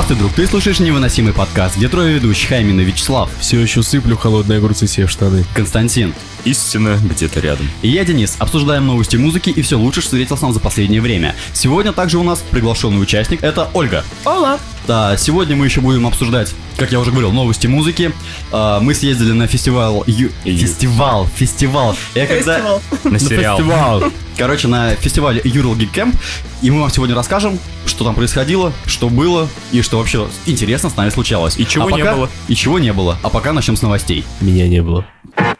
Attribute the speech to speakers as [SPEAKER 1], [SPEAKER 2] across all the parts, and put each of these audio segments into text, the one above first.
[SPEAKER 1] Здравствуй, друг, ты слушаешь невыносимый подкаст, где трое ведущих, а именно Вячеслав.
[SPEAKER 2] Все еще сыплю холодные огурцы себе в штаны.
[SPEAKER 1] Константин.
[SPEAKER 3] Истина где-то рядом.
[SPEAKER 1] И я, Денис. Обсуждаем новости музыки и все лучше, что встретился нам за последнее время. Сегодня также у нас приглашенный участник, это Ольга.
[SPEAKER 4] Ола.
[SPEAKER 1] Да, сегодня мы еще будем обсуждать, как я уже говорил, новости музыки. Мы съездили на фестиваль. Фестиваль.
[SPEAKER 3] На сериал.
[SPEAKER 1] Фестиваль. Короче, на фестивале Ural Geek Camp. И мы вам сегодня расскажем, что там происходило, что было и что вообще интересно с нами случалось.
[SPEAKER 3] И чего не было.
[SPEAKER 1] И чего не было. А пока начнем с новостей.
[SPEAKER 2] Меня не было.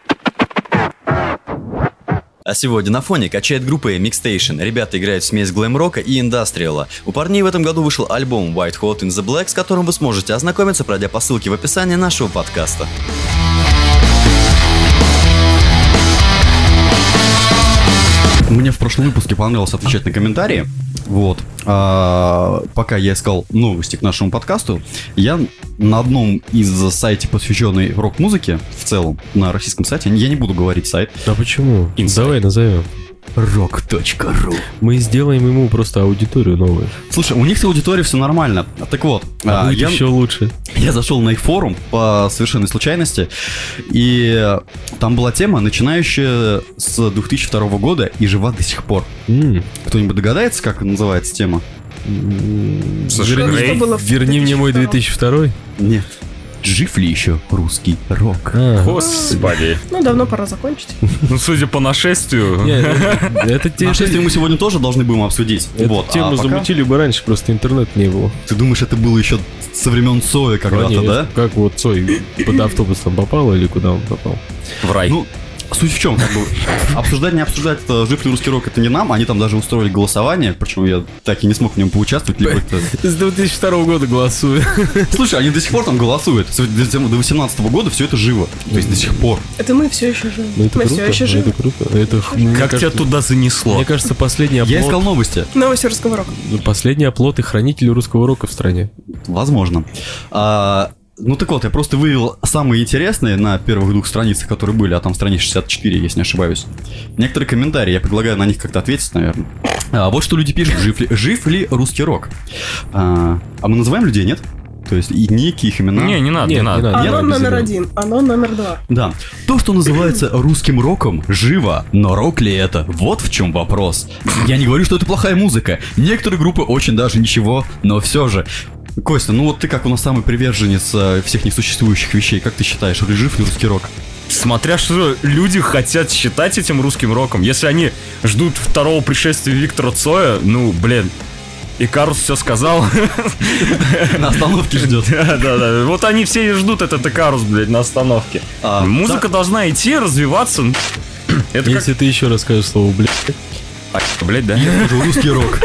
[SPEAKER 1] А сегодня на фоне качает группа Mixstation. Ребята играют в смесь глэм-рока и индастриала. У парней в этом году вышел альбом White Hot in the Black, с которым вы сможете ознакомиться, пройдя по ссылке в описании нашего подкаста. Мне в прошлом выпуске понравилось отвечать на комментарии. Вот. Пока я искал новости к нашему подкасту, я на одном из сайтов, посвященной рок-музыке, в целом, на российском сайте, я не буду говорить сайт.
[SPEAKER 2] А почему? Давай назовем.
[SPEAKER 1] rock.ru.
[SPEAKER 2] Мы сделаем ему просто аудиторию новую.
[SPEAKER 1] Слушай, у них с аудиторией все нормально. Так вот,
[SPEAKER 2] будет еще лучше.
[SPEAKER 1] Я зашел на их форум по совершенной случайности, и там была тема, начинающая с 2002 года и жива до сих пор. Кто-нибудь догадается, как называется тема?
[SPEAKER 2] Верни мне мой 2002?
[SPEAKER 1] Нет. Жив ли еще русский рок?
[SPEAKER 3] Господи.
[SPEAKER 4] Ну, давно пора закончить.
[SPEAKER 3] Ну, судя по нашествию.
[SPEAKER 1] Нашествие мы сегодня тоже должны будем обсудить.
[SPEAKER 2] Эту тему замутили бы раньше, просто интернета не было.
[SPEAKER 1] Ты думаешь, это было еще со времен Цоя когда-то, да?
[SPEAKER 2] Как вот Цой под автобус там попал или куда он попал?
[SPEAKER 3] В рай.
[SPEAKER 1] Ну, суть в чем, как бы, обсуждать, не обсуждать, жив ли русский рок, это не нам. Они там даже устроили голосование, причем я так и не смог в нем поучаствовать.
[SPEAKER 2] С 2002 года голосую.
[SPEAKER 1] Слушай, они до сих пор там голосуют. До 2018 года все это живо. То есть до сих пор.
[SPEAKER 4] Это мы все еще живы.
[SPEAKER 2] Мы все еще живы. Это круто.
[SPEAKER 3] Как тебя туда занесло?
[SPEAKER 2] Мне кажется, последний оплот...
[SPEAKER 1] Я искал новости.
[SPEAKER 4] Новости русского рока.
[SPEAKER 2] Последний оплот и хранитель русского рока в стране.
[SPEAKER 1] Возможно. Ну так вот, я просто вывел самые интересные на первых двух страницах, которые были, а там страница 64, если не ошибаюсь. Некоторые комментарии, я предлагаю на них как-то ответить, наверное. Вот что люди пишут, жив ли русский рок? А мы называем людей, нет? То есть и ники, их имена?
[SPEAKER 3] Не надо.
[SPEAKER 4] Оно номер один, оно номер два.
[SPEAKER 1] Да. То, что называется русским роком, живо, но рок ли это? Вот в чем вопрос. Я не говорю, что это плохая музыка. Некоторые группы очень даже ничего, но все же. Костя, ну вот ты как у нас самый приверженец всех несуществующих вещей, как ты считаешь, жив ли русский рок?
[SPEAKER 3] Смотря что люди хотят считать этим русским роком. Если они ждут второго пришествия Виктора Цоя, ну, блин, Икарус все сказал.
[SPEAKER 1] На остановке ждет.
[SPEAKER 3] Да. Вот они все и ждут этот Икарус, блядь, на остановке. Музыка должна идти, развиваться.
[SPEAKER 2] Если ты еще раз скажешь слово «блядь».
[SPEAKER 3] Блядь, да?
[SPEAKER 1] Я скажу русский рок.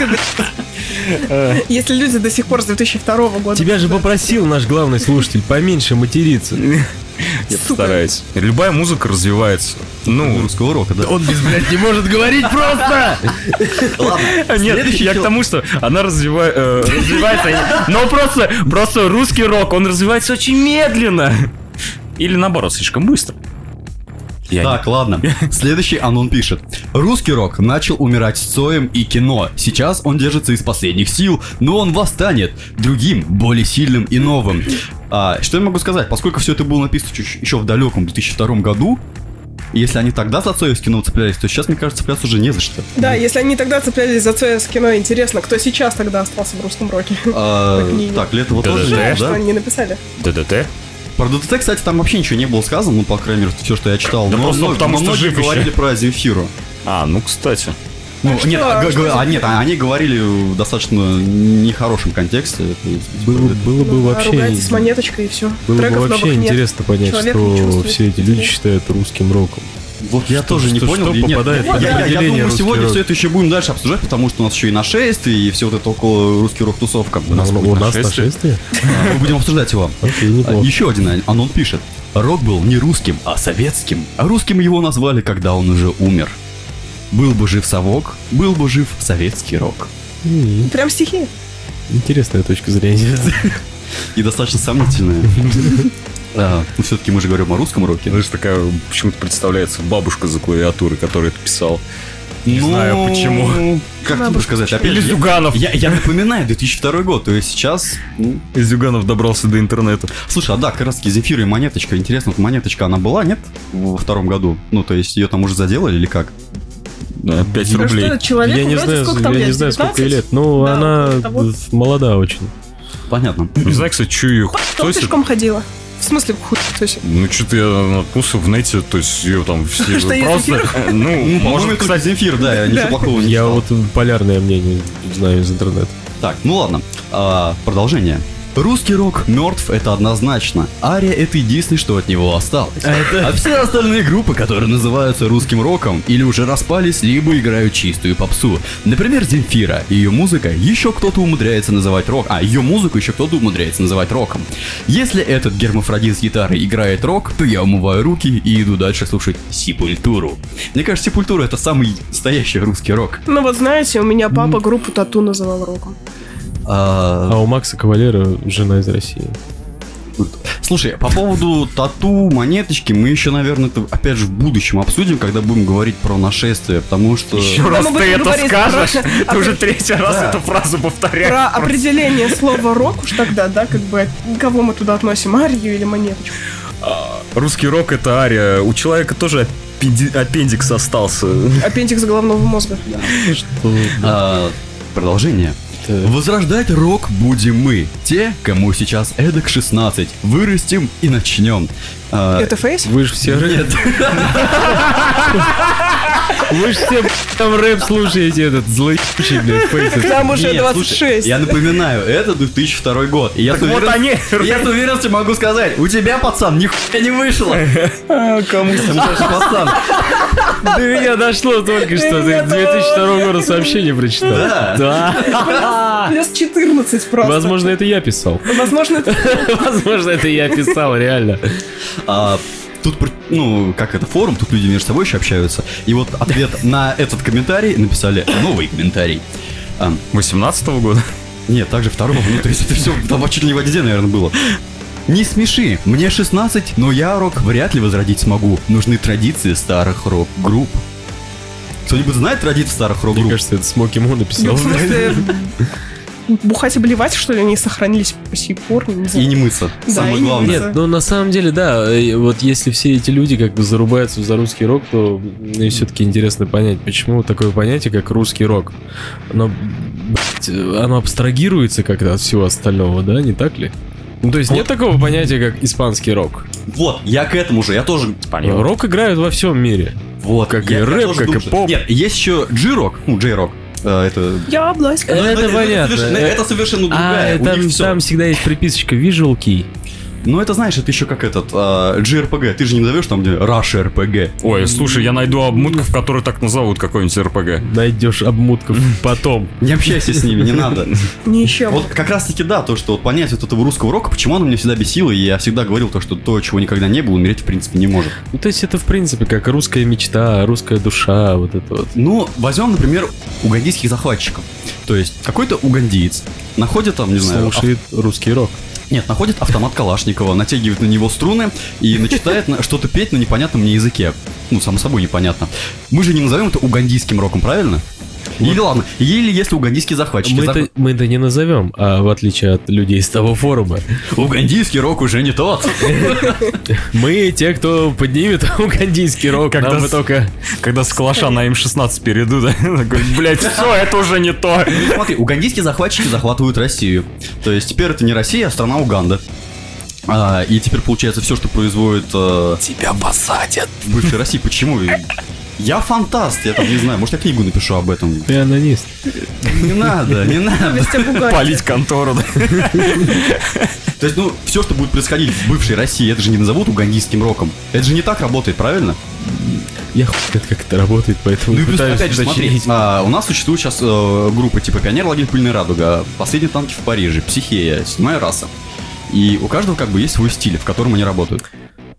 [SPEAKER 4] Если люди до сих пор с 2002 года...
[SPEAKER 2] Тебя же попросил наш главный слушатель поменьше материться.
[SPEAKER 3] Я постараюсь. Любая музыка развивается. Ну,
[SPEAKER 1] русского рока, да.
[SPEAKER 2] Он без блядь не может говорить просто!
[SPEAKER 1] Ладно.
[SPEAKER 3] Нет, я к тому, что она развивается. Но просто русский рок, он развивается очень медленно. Или наоборот, слишком быстро.
[SPEAKER 1] Так, ладно. Следующий Анон пишет. Русский рок начал умирать с Цоем и кино. Сейчас он держится из последних сил, но он восстанет другим, более сильным и новым. Что я могу сказать? Поскольку все это было написано еще в далеком 2002 году, если они тогда за Цоя с кино цеплялись, то сейчас, мне кажется, цепляться уже не за что.
[SPEAKER 4] Да, если они тогда цеплялись за Цоя с кино, интересно, кто сейчас тогда остался в русском роке?
[SPEAKER 1] Так, Летова тоже нет,
[SPEAKER 4] что
[SPEAKER 1] да?
[SPEAKER 4] они не написали?
[SPEAKER 3] ДДТ?
[SPEAKER 1] Про ДДТ, кстати, там вообще ничего не было сказано, ну, по крайней мере, все, что я читал.
[SPEAKER 3] Да просто потому что жив
[SPEAKER 1] говорили
[SPEAKER 3] еще.
[SPEAKER 1] про Земфиру.
[SPEAKER 3] Ну, кстати.
[SPEAKER 1] Ну, нет, они говорили в достаточно нехорошем контексте.
[SPEAKER 2] Было бы вообще...
[SPEAKER 4] Ругайтесь с монеточкой и все.
[SPEAKER 2] Было бы вообще интересно понять, что все эти люди считают русским роком.
[SPEAKER 1] Вот я тоже не понял. Я думаю, сегодня все это еще будем дальше обсуждать, потому что у нас еще и нашествие, и все вот это около русский рок-тусовка.
[SPEAKER 2] У нас нашествие?
[SPEAKER 1] Мы будем обсуждать его. Еще один Анон пишет. Рок был не русским, а советским. А русским его назвали, когда он уже умер. Был бы жив совок, был бы жив советский рок.
[SPEAKER 4] Прям стихи.
[SPEAKER 2] Интересная точка зрения.
[SPEAKER 1] И достаточно сомнительная. Но все-таки мы же говорим о русском роке.
[SPEAKER 3] Знаешь, такая почему-то представляется бабушка за клавиатурой, которая это писала. Не знаю почему.
[SPEAKER 1] Как тебе сказать? Опять
[SPEAKER 3] Или Зюганов.
[SPEAKER 1] Я напоминаю, 2002 год, то есть сейчас...
[SPEAKER 3] Зюганов добрался до интернета.
[SPEAKER 1] Слушай, а да, как раз таки Земфира и Монеточка. Интересно, вот Монеточка, она была, нет? Во втором году? Ну, то есть ее там уже заделали или как?
[SPEAKER 3] 5 рублей.
[SPEAKER 4] Что, человеку
[SPEAKER 2] Я не
[SPEAKER 4] вроде
[SPEAKER 2] знаю,
[SPEAKER 4] сколько там
[SPEAKER 2] я
[SPEAKER 4] лет?
[SPEAKER 2] не знаю, сколько ей
[SPEAKER 4] 19?
[SPEAKER 2] лет. Ну,
[SPEAKER 4] Да,
[SPEAKER 2] она
[SPEAKER 4] около того.
[SPEAKER 2] молода очень.
[SPEAKER 1] Понятно.
[SPEAKER 3] Не знаю, кстати, что ее
[SPEAKER 4] Кто пешком ходила? В смысле, хуй тосит?
[SPEAKER 3] Ну, что-то я наткнулся в нете, то есть ее там все
[SPEAKER 4] Что, есть
[SPEAKER 3] просто... Ну,
[SPEAKER 1] По-моему,
[SPEAKER 3] может,
[SPEAKER 1] это
[SPEAKER 3] кстати,
[SPEAKER 1] Земфир, да, я ничего плохого не
[SPEAKER 2] Я
[SPEAKER 1] читал.
[SPEAKER 2] вот полярное мнение знаю из интернета.
[SPEAKER 1] Так, ну ладно. Продолжение. Русский рок мертв, это однозначно. Ария — это единственное, что от него осталось. А все остальные группы, которые называются русским роком, или уже распались, либо играют чистую попсу. Например, Земфира. Ее музыка еще кто-то умудряется называть рок. Ее музыку еще кто-то умудряется называть роком. Если этот гермафродит с гитарой играет рок, то я умываю руки и иду дальше слушать Сепультуру. Мне кажется, Сепультура — это самый настоящий русский рок.
[SPEAKER 4] Ну вот знаете, у меня папа группу Тату называл роком.
[SPEAKER 2] А у Макса Кавалера жена из России.
[SPEAKER 1] Слушай, по поводу тату, Монеточки, мы еще, наверное, это опять же в будущем обсудим, когда будем говорить про нашествие, потому что...
[SPEAKER 3] еще раз
[SPEAKER 4] мы
[SPEAKER 3] ты
[SPEAKER 4] будем
[SPEAKER 3] это
[SPEAKER 4] говорить
[SPEAKER 3] скажешь,
[SPEAKER 4] про-
[SPEAKER 3] ты уже третий раз эту фразу повторяешь.
[SPEAKER 4] Про определение слова рок уж тогда, да, как бы, кого мы туда относим, Арию или Монеточку?
[SPEAKER 3] Русский рок — это Ария. У человека тоже аппендикс остался.
[SPEAKER 4] Аппендикс головного мозга.
[SPEAKER 1] Продолжение. Возрождать рок будем мы, те, кому сейчас эдак 16. Вырастем и начнем.
[SPEAKER 4] Это фейс?
[SPEAKER 2] Вы же все
[SPEAKER 1] Нет.
[SPEAKER 2] Вы же все там рэп слушаете, этот злоебучий, блядь, фейс.
[SPEAKER 4] Нам уже
[SPEAKER 1] Нет,
[SPEAKER 4] 26.
[SPEAKER 1] слушай, я напоминаю, это 2002 год. И я
[SPEAKER 3] Так вот они.
[SPEAKER 1] Я с уверенностью могу сказать, у тебя, пацан, нихуя не вышло.
[SPEAKER 3] Кому
[SPEAKER 1] Пацан.
[SPEAKER 2] До меня дошло только что. Ты 2002 года сообщение прочитал. Да.
[SPEAKER 4] Плюс 14 просто.
[SPEAKER 2] Возможно, это я писал.
[SPEAKER 4] Возможно, это...
[SPEAKER 2] Возможно, это я писал, реально.
[SPEAKER 1] Тут, ну, как это, форум, тут люди между собой еще общаются. И вот ответ на этот комментарий написали новый комментарий.
[SPEAKER 3] 18-го года?
[SPEAKER 1] Нет, также второго, ну, то есть это все там чуть ли не в один, наверное, было. Не смеши, мне 16, но я рок вряд ли возродить смогу. Нужны традиции старых рок-групп. Кто-нибудь знает традиции старых
[SPEAKER 2] Мне
[SPEAKER 1] рок-групп?
[SPEAKER 2] кажется, это Смоки Мо
[SPEAKER 4] Ну,
[SPEAKER 2] написал.
[SPEAKER 4] в смысле, бухать и блевать, что ли, они сохранились по сей пор? Не
[SPEAKER 1] И
[SPEAKER 4] знаю.
[SPEAKER 1] не мыться.
[SPEAKER 4] Да,
[SPEAKER 1] Самое
[SPEAKER 4] и не
[SPEAKER 1] главное.
[SPEAKER 4] мыться.
[SPEAKER 2] Нет, ну на самом деле, да, вот если все эти люди как бы зарубаются за русский рок, то мне все-таки интересно понять, почему такое понятие, как русский рок, оно, блядь, оно абстрагируется как-то от всего остального, да, не так ли? Ну, то есть нет такого понятия, как испанский рок.
[SPEAKER 1] Вот, я к этому же, я тоже...
[SPEAKER 2] Рок играют во всем мире.
[SPEAKER 1] Вот,
[SPEAKER 2] Как
[SPEAKER 1] я
[SPEAKER 2] и рэп,
[SPEAKER 1] тоже
[SPEAKER 2] как
[SPEAKER 1] думаю,
[SPEAKER 2] и
[SPEAKER 1] что-
[SPEAKER 2] поп.
[SPEAKER 1] Нет, есть еще G-рок, ну, J-рок. Это...
[SPEAKER 4] Я область.
[SPEAKER 2] Это понятно.
[SPEAKER 1] Это совершенно другая. У
[SPEAKER 2] там,
[SPEAKER 1] них всё.
[SPEAKER 2] там всегда есть приписочка Visual Key.
[SPEAKER 1] Ну, это, знаешь, это еще как этот JRPG. Ты же не назовешь там, где Rush RPG.
[SPEAKER 3] Ой, слушай, я найду обмутков, которые так назовут какой-нибудь РПГ.
[SPEAKER 2] Найдешь обмутков потом.
[SPEAKER 1] Не общайся с ними, не надо.
[SPEAKER 4] Не еще.
[SPEAKER 1] Вот как раз таки да, то, что вот понять вот этого русского рока, почему оно меня всегда бесило, и я всегда говорил то, что то, чего никогда не было, умереть в принципе не может.
[SPEAKER 2] Ну, то есть это, в принципе, как русская мечта, русская душа, вот это вот.
[SPEAKER 1] Ну, возьмем, например, угандийских захватчиков. То есть какой-то угандиец находит там, не знаю,
[SPEAKER 2] Слушает русский рок.
[SPEAKER 1] Нет, находит автомат Калашникова, натягивает на него струны и начинает что-то петь на непонятном мне языке. Ну, само собой, непонятно. Мы же не назовем это угандийским роком, правильно? Или ладно, или если угандийские захватчики...
[SPEAKER 2] Мы это не назовем, а в отличие от людей с того форума.
[SPEAKER 1] Угандийский рок уже не тот.
[SPEAKER 2] Мы те, кто поднимет угандийский рок,
[SPEAKER 3] Когда
[SPEAKER 2] нам бы
[SPEAKER 3] с-
[SPEAKER 2] только...
[SPEAKER 3] Когда с калаша на М16 перейду, да? Такой, блядь, все, это уже не то.
[SPEAKER 1] Смотри, угандийские захватчики захватывают Россию. То есть теперь это не Россия, а страна Уганда. И теперь получается все, что производит... Тебя посадят. В бывшей России. Почему? Я фантаст, я там не знаю, может я книгу напишу об этом.
[SPEAKER 2] Ты анонист.
[SPEAKER 1] Не надо, не надо.
[SPEAKER 4] Вместе пугать.
[SPEAKER 3] Палить контору, да?
[SPEAKER 1] То есть, ну, все, что будет происходить в бывшей России, это же не назовут угандийским роком. Это же не так работает, правильно?
[SPEAKER 2] Я хуй знает, как это работает, поэтому
[SPEAKER 1] Ну и плюс,
[SPEAKER 2] пытаюсь
[SPEAKER 1] опять же, смотри,
[SPEAKER 2] уточнить.
[SPEAKER 1] у нас существуют сейчас группы типа Пионер, Лагерь, Пыльная Радуга, Последние танки в Париже, Психея, Седьмая раса. И у каждого как бы есть свой стиль, в котором они работают.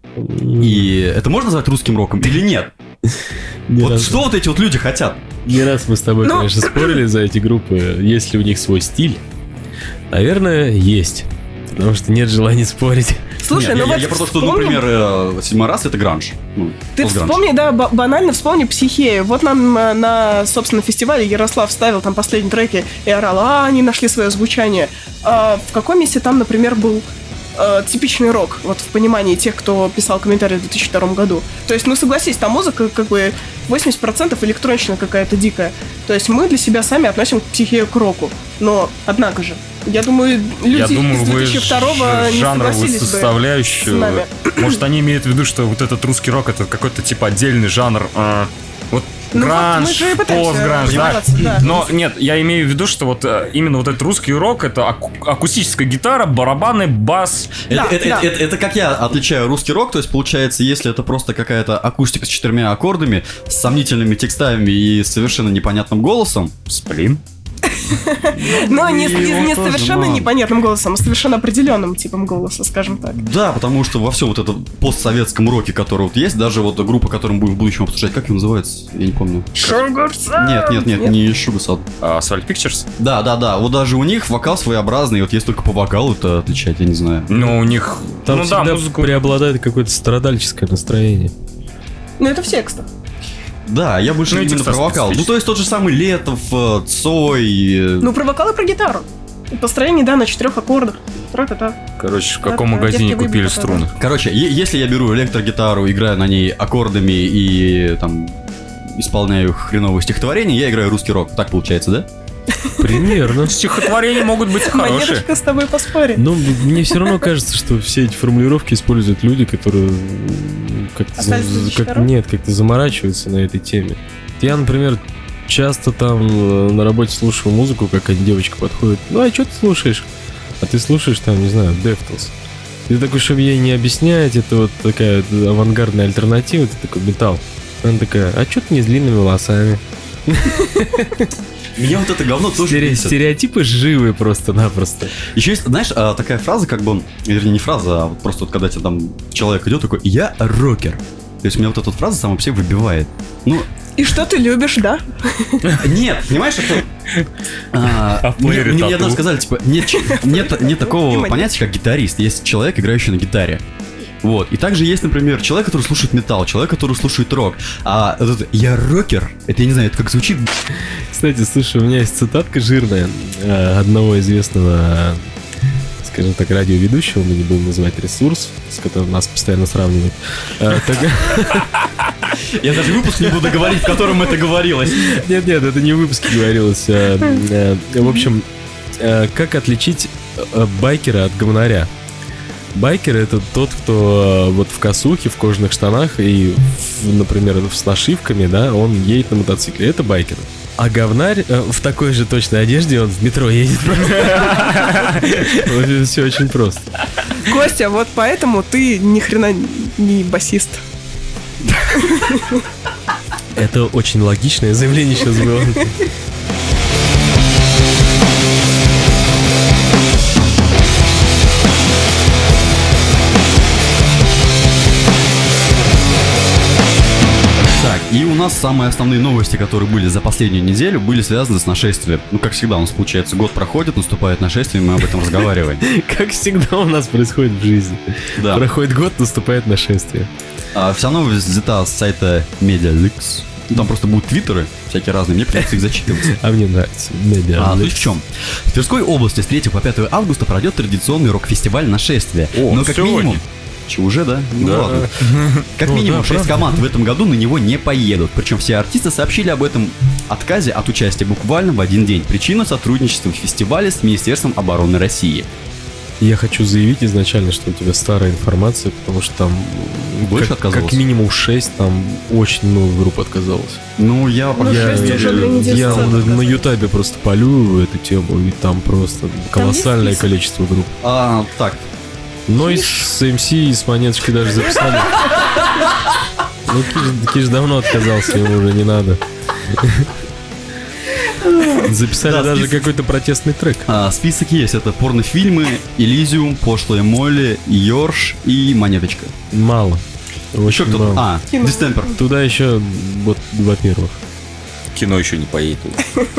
[SPEAKER 1] И это можно назвать русским роком или нет?
[SPEAKER 2] Не
[SPEAKER 1] Вот
[SPEAKER 2] раз-
[SPEAKER 1] что вот эти вот люди хотят?
[SPEAKER 2] Не раз мы с тобой,
[SPEAKER 4] Ну.
[SPEAKER 2] конечно, спорили за эти группы, есть ли у них свой стиль. Наверное, есть. Потому что нет желания спорить.
[SPEAKER 4] Слушай,
[SPEAKER 1] Нет,
[SPEAKER 4] ну вот
[SPEAKER 1] я про то, что,
[SPEAKER 4] вспомним-
[SPEAKER 1] например, седьмой раз это гранж. Ну,
[SPEAKER 4] Ты
[SPEAKER 1] постгранж.
[SPEAKER 4] вспомни, да, банально вспомни Психею. Вот нам на, собственно, фестивале Ярослав ставил там последние треки и орал, они нашли свое звучание. А в каком месте там, например, был типичный рок, вот в понимании тех, кто писал комментарии в 2002 году. То есть, ну согласись, там музыка как бы 80% электронщина какая-то дикая. То есть мы для себя сами относим Психею к року. Но, однако же, я думаю, люди из
[SPEAKER 3] вы
[SPEAKER 4] 2002 не
[SPEAKER 3] жанровую
[SPEAKER 4] согласились бы с
[SPEAKER 3] составляющую.
[SPEAKER 4] нами.
[SPEAKER 3] Может, они имеют в виду, что вот этот русский рок это какой-то типа отдельный жанр. Вот
[SPEAKER 4] Ну вот
[SPEAKER 3] гранж,
[SPEAKER 4] мы же и пытаемся
[SPEAKER 3] постгранж, да.
[SPEAKER 4] разобраться, да.
[SPEAKER 3] Но нет, я имею в виду, что вот именно вот этот русский рок это акустическая гитара, барабаны, бас.
[SPEAKER 4] Да, да.
[SPEAKER 1] Это как я отличаю русский рок, то есть получается, если это просто какая-то акустика с 4 аккордами, с сомнительными текстами и совершенно непонятным голосом.
[SPEAKER 3] Сплин.
[SPEAKER 4] Но не
[SPEAKER 1] его тоже
[SPEAKER 4] совершенно
[SPEAKER 1] мало.
[SPEAKER 4] непонятным голосом, а совершенно определенным типом голоса, скажем так.
[SPEAKER 1] Да, потому что во всем вот этом постсоветском роке, который вот есть, даже вот группа, которую мы будем в будущем обсуждать, как ее называется? Я не помню. Нет, не Шугасад.
[SPEAKER 3] Asphalt Pictures.
[SPEAKER 1] Да, вот даже у них вокал своеобразный, вот есть только по вокалу это отличать, я не знаю.
[SPEAKER 3] Ну, у них...
[SPEAKER 2] Там
[SPEAKER 3] ну да,
[SPEAKER 2] всегда
[SPEAKER 3] музыку...
[SPEAKER 2] преобладает какое-то страдальческое настроение.
[SPEAKER 4] Ну это в текстах.
[SPEAKER 1] Да, я больше
[SPEAKER 3] Ну, и
[SPEAKER 1] именно
[SPEAKER 3] текста
[SPEAKER 1] про вокал. Ну,
[SPEAKER 3] специфический.
[SPEAKER 1] то есть тот же самый Летов, Цой.
[SPEAKER 4] Ну про вокал и про гитару. Построение, да, на 4 аккордах. Тра-та-та.
[SPEAKER 3] Короче, в каком
[SPEAKER 4] Да,
[SPEAKER 3] магазине
[SPEAKER 4] детки
[SPEAKER 3] купили
[SPEAKER 4] выбили
[SPEAKER 3] струны?
[SPEAKER 1] Короче, если я беру электрогитару, играю на ней аккордами и там исполняю хреновые стихотворения, я играю русский рок. Так получается, да?
[SPEAKER 2] Примерно.
[SPEAKER 3] Стихотворения могут быть хорошие.
[SPEAKER 4] Монеточка с тобой поспорит.
[SPEAKER 2] Но мне все равно кажется, что все эти формулировки используют люди, которые как-то,
[SPEAKER 4] Остались в 2002?
[SPEAKER 2] нет, как-то заморачиваются на этой теме. Я, например, часто там на работе слушаю музыку, какая-нибудь девочка подходит. Ну, а что ты слушаешь? А ты слушаешь там, не знаю, Deftones. И ты такой, чтобы ей не объяснять, это вот такая авангардная альтернатива, ты такой металл. Она такая, а что ты не с длинными волосами?
[SPEAKER 1] Меня вот это говно тоже бесит.
[SPEAKER 2] Стереотипы живы просто-напросто.
[SPEAKER 1] Еще есть, знаешь, такая фраза, как бы, вернее, не фраза, а вот просто вот когда тебе там человек идет такой, я рокер. То есть меня вот эта вот фраза сама по себе выбивает. Ну,
[SPEAKER 4] И что ты любишь, да?
[SPEAKER 1] нет, понимаешь, это...
[SPEAKER 3] А в плеере
[SPEAKER 1] Мне
[SPEAKER 3] тату?
[SPEAKER 1] однажды сказали, типа, нет такого
[SPEAKER 4] Внимание.
[SPEAKER 1] понятия, как гитарист. Есть человек, играющий на гитаре. Вот. И также есть, например, человек, который слушает металл, человек, который слушает рок. А этот я рокер, это я не знаю, это как звучит.
[SPEAKER 2] Кстати, слушай, у меня есть цитатка жирная одного известного, скажем так, радиоведущего, мы не будем называть ресурс, с которым нас постоянно сравнивают.
[SPEAKER 1] Я даже выпуск не буду говорить, в котором это говорилось.
[SPEAKER 2] Нет, это не в выпуске говорилось. В общем, как отличить байкера от говнаря? Байкер — это тот, кто вот в косухе, в кожаных штанах и, например, с нашивками, да, он едет на мотоцикле. Это байкер. А говнарь в такой же точной одежде, он в метро едет. Все очень просто.
[SPEAKER 4] Костя, вот поэтому ты ни хрена не басист.
[SPEAKER 2] Это очень логичное заявление сейчас было.
[SPEAKER 1] Так, и у нас самые основные новости, которые были за последнюю неделю, были связаны с нашествием. Ну, как всегда, у нас получается, год проходит, наступает нашествие, и мы об этом разговариваем.
[SPEAKER 2] Как всегда у нас происходит в жизни.
[SPEAKER 1] Да.
[SPEAKER 2] Проходит год, наступает нашествие.
[SPEAKER 1] Вся новость взята с сайта MediaLeaks. Там просто будут твиттеры всякие разные, мне придется их зачитывать.
[SPEAKER 2] А мне нравится. Медиа.
[SPEAKER 1] Суть в чем? В Тверской области с 3 по 5 августа пройдет традиционный рок-фестиваль «Нашествие».
[SPEAKER 3] О,
[SPEAKER 1] Но как
[SPEAKER 3] сегодня.
[SPEAKER 1] минимум... Че, уже, да? Ну
[SPEAKER 3] Да.
[SPEAKER 1] ладно. Как
[SPEAKER 2] Ну,
[SPEAKER 1] минимум
[SPEAKER 2] да,
[SPEAKER 1] 6
[SPEAKER 2] правда.
[SPEAKER 1] команд в этом году на него не поедут. Причем все артисты сообщили об этом отказе от участия буквально в один день. Причина — сотрудничества фестиваля с Министерством обороны России.
[SPEAKER 2] Я хочу заявить изначально, что у тебя старая информация, потому что там
[SPEAKER 1] Больше
[SPEAKER 2] как
[SPEAKER 1] отказалось?
[SPEAKER 2] минимум 6, там очень много групп отказалось.
[SPEAKER 1] Ну, я...
[SPEAKER 4] Ну,
[SPEAKER 2] Я,
[SPEAKER 4] 6 уже 2 недели
[SPEAKER 2] я
[SPEAKER 4] назад
[SPEAKER 2] на
[SPEAKER 4] отказалось.
[SPEAKER 2] Ютабе просто полю эту тему, и там просто колоссальное
[SPEAKER 4] есть список?
[SPEAKER 2] количество групп.
[SPEAKER 1] Так,
[SPEAKER 2] Но и с МС, и с Монеточкой даже записали. Ну, Киш давно отказался, ему уже не надо. Записали
[SPEAKER 1] Да,
[SPEAKER 2] даже
[SPEAKER 1] список.
[SPEAKER 2] какой-то протестный трек.
[SPEAKER 1] список есть. Это порнофильмы, Элизиум, Пошлая Молли, Йорш и Монеточка.
[SPEAKER 2] Мало.
[SPEAKER 1] Еще
[SPEAKER 2] Очень
[SPEAKER 1] кто-то?
[SPEAKER 2] мало.
[SPEAKER 4] Кино.
[SPEAKER 1] Дистемпер.
[SPEAKER 2] Туда еще, вот, во-первых.
[SPEAKER 3] Кино еще не поедет.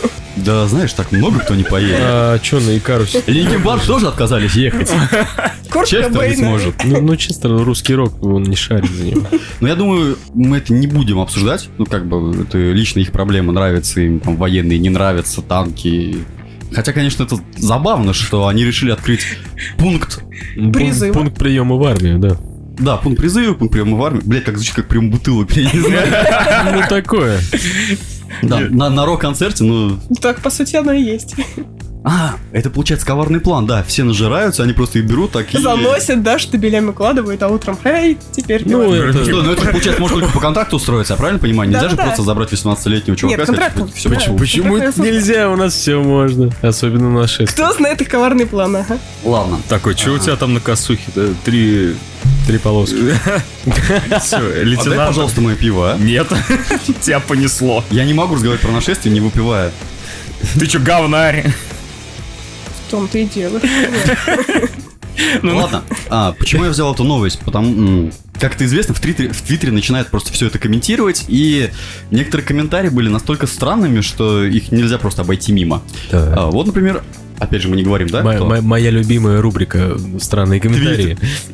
[SPEAKER 1] Да, знаешь, так много кто не поедет.
[SPEAKER 2] А что на Икарусе?
[SPEAKER 1] Линкин Парк тоже отказались ехать.
[SPEAKER 4] Курт
[SPEAKER 1] Честер не
[SPEAKER 4] Кобейна.
[SPEAKER 1] сможет.
[SPEAKER 2] Ну, честно, русский рок, он не шарит за него.
[SPEAKER 1] Но я думаю, мы это не будем обсуждать. Ну, как бы, это лично их проблема. Нравятся им там военные, не нравятся танки. Хотя, конечно, это забавно, что они решили открыть пункт.
[SPEAKER 4] Призыва.
[SPEAKER 2] Пункт приема в армию, да.
[SPEAKER 1] Да, пункт призыва, пункт приема в армию. Блять, как звучит, как прием бутылок, я не знаю.
[SPEAKER 2] Ну, такое.
[SPEAKER 1] Да, на рок-концерте, ну...
[SPEAKER 4] Так, по сути, оно и есть.
[SPEAKER 1] Это получается коварный план, да. Все нажираются, они просто их берут так и...
[SPEAKER 4] Заносят, да, штабелями укладывают, а утром, эй, теперь
[SPEAKER 2] Ну,
[SPEAKER 4] пивай.
[SPEAKER 2] это...
[SPEAKER 1] Что, ну это, получается, может только по контракту устроиться, я правильно понимаю? Нельзя же
[SPEAKER 4] Да-да-да.
[SPEAKER 1] просто забрать 18-летнего чувака
[SPEAKER 4] Нет,
[SPEAKER 1] и сказать,
[SPEAKER 4] контрактом.
[SPEAKER 1] вот, всё,
[SPEAKER 4] Да.
[SPEAKER 1] почему?
[SPEAKER 2] Почему это нельзя? У нас все можно. Особенно на шествие.
[SPEAKER 4] Кто знает их коварный план, ага.
[SPEAKER 1] Ладно.
[SPEAKER 3] Такой, что у тебя там на косухе? Да, 3...
[SPEAKER 2] 3 полоски.
[SPEAKER 3] Все,
[SPEAKER 1] Отдай,
[SPEAKER 3] лейтенант.
[SPEAKER 1] пожалуйста, мое пиво, а.
[SPEAKER 3] Нет, тебя понесло.
[SPEAKER 1] Я не могу разговаривать про нашествие, не выпивая.
[SPEAKER 3] Ты что, говнарь?
[SPEAKER 4] В том-то и дело.
[SPEAKER 3] Ну,
[SPEAKER 1] Ладно. Почему я взял эту новость? Потому, как это известно, в Твиттере начинают просто все это комментировать, и некоторые комментарии были настолько странными, что их нельзя просто обойти мимо. Вот, например, опять же, мы не говорим, да? кто?
[SPEAKER 2] Моя любимая рубрика «Странные комментарии».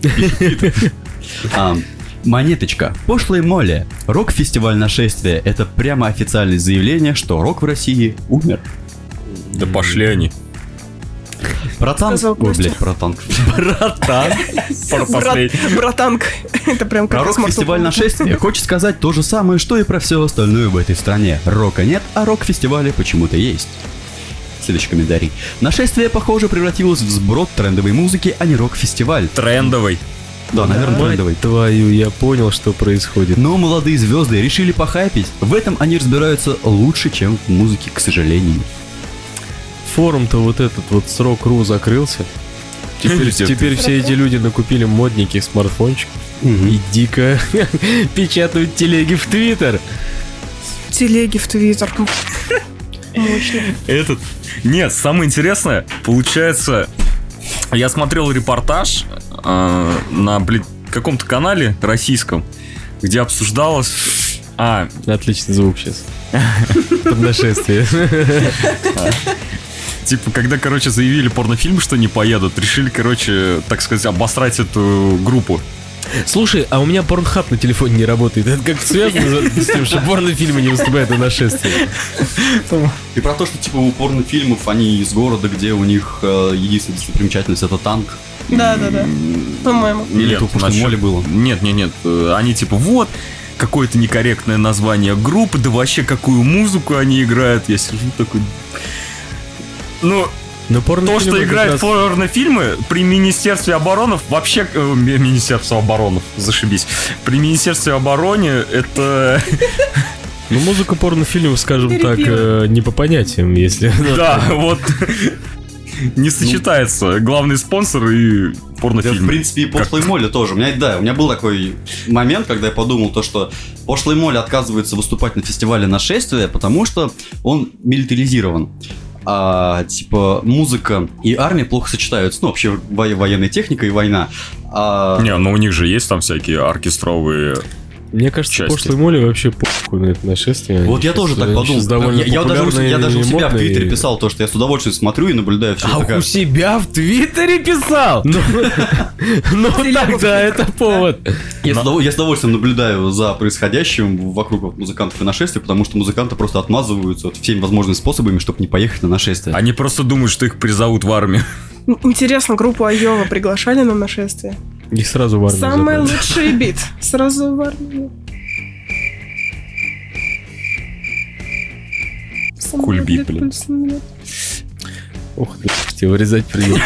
[SPEAKER 1] Монеточка. Пошлые моли. Рок-фестиваль нашествия. Это прямо официальное заявление, что рок в России умер.
[SPEAKER 3] да пошли они.
[SPEAKER 1] Про танк.
[SPEAKER 4] Сказал
[SPEAKER 1] Ой,
[SPEAKER 4] Костя.
[SPEAKER 1] блядь, про танк.
[SPEAKER 3] Братан. Про последний.
[SPEAKER 4] Братанг. Это прям как
[SPEAKER 1] Про
[SPEAKER 4] из
[SPEAKER 1] рок-фестиваль
[SPEAKER 4] Мартопа.
[SPEAKER 1] нашествия хочет сказать то же самое, что и про все остальное в этой стране. Рока нет, а рок-фестивали почему-то есть. Следующий комментарий. Нашествие, похоже, превратилось в сброд трендовой музыки, а не рок-фестиваль.
[SPEAKER 3] Трендовый.
[SPEAKER 1] Да, наверное, трендовый.
[SPEAKER 2] Мать твою, я понял, что происходит.
[SPEAKER 1] Но молодые звезды решили похайпить. В этом они разбираются лучше, чем в музыке, к сожалению.
[SPEAKER 2] Форум-то вот этот вот с Рок.ру закрылся. Теперь все эти люди накупили модненьких смартфончиков и дико печатают телеги в Твиттер.
[SPEAKER 4] Телеги в Твиттер. Мощно.
[SPEAKER 3] Этот... Нет, самое интересное, получается, я смотрел репортаж на, каком-то канале российском, где обсуждалось...
[SPEAKER 2] Отличный звук сейчас. Под нашествие.
[SPEAKER 3] Типа, когда, короче, заявили порнофильм, что не поедут, решили, короче, так сказать, обосрать эту группу.
[SPEAKER 2] Слушай, а у меня порнхаб на телефоне не работает. Это как связано с тем, что порнофильмы не выступают на нашествии?
[SPEAKER 1] И про то, что типа у порнофильмов они из города, где у них единственная достопримечательность это танк.
[SPEAKER 4] Да. По-моему.
[SPEAKER 1] Или
[SPEAKER 3] Нет,
[SPEAKER 1] это в прошлом
[SPEAKER 3] насчет-
[SPEAKER 1] моле было.
[SPEAKER 3] Нет. Они типа, вот, какое-то некорректное название группы, да вообще какую музыку они играют. Я сижу такой... Ну,
[SPEAKER 2] Но
[SPEAKER 3] то, что играют порнофильмы при Министерстве обороны, вообще... Министерство обороны, зашибись. При Министерстве обороны это...
[SPEAKER 2] Ну, музыка порнофильмов, скажем так,
[SPEAKER 4] Перебила.
[SPEAKER 2] не по понятиям, если...
[SPEAKER 3] Да, вот... Не сочетается главный спонсор и
[SPEAKER 1] Да, в
[SPEAKER 3] порнофильм.
[SPEAKER 1] принципе, и пошлый моли тоже. У меня был такой момент, когда я подумал то, что пошлый моли отказывается выступать на фестивале нашествия, потому что он милитаризирован. Типа, музыка и армия плохо сочетаются. Ну, вообще, военная техника и война.
[SPEAKER 3] Не, ну у них же есть там всякие оркестровые...
[SPEAKER 2] Мне кажется,
[SPEAKER 3] Части.
[SPEAKER 2] пошлый моли вообще похуй на это нашествие.
[SPEAKER 1] Вот я тоже так подумал. Я даже у себя в Твиттере писал то, что я с удовольствием смотрю и наблюдаю все
[SPEAKER 2] А у себя в Твиттере писал? Ну тогда это повод.
[SPEAKER 1] Я с удовольствием наблюдаю за происходящим вокруг вот музыкантов и нашествия, потому что музыканты просто отмазываются вот всеми возможными способами, чтобы не поехать на нашествие.
[SPEAKER 3] Они просто думают, что их призовут в армию.
[SPEAKER 4] Интересно, группу Айова приглашали на нашествие?
[SPEAKER 2] Их сразу в армию
[SPEAKER 4] Самый
[SPEAKER 2] забрали.
[SPEAKER 4] лучший бит. Сразу в армию.
[SPEAKER 3] Кульбит, блин.
[SPEAKER 2] Ух ты, тебе вырезать придется.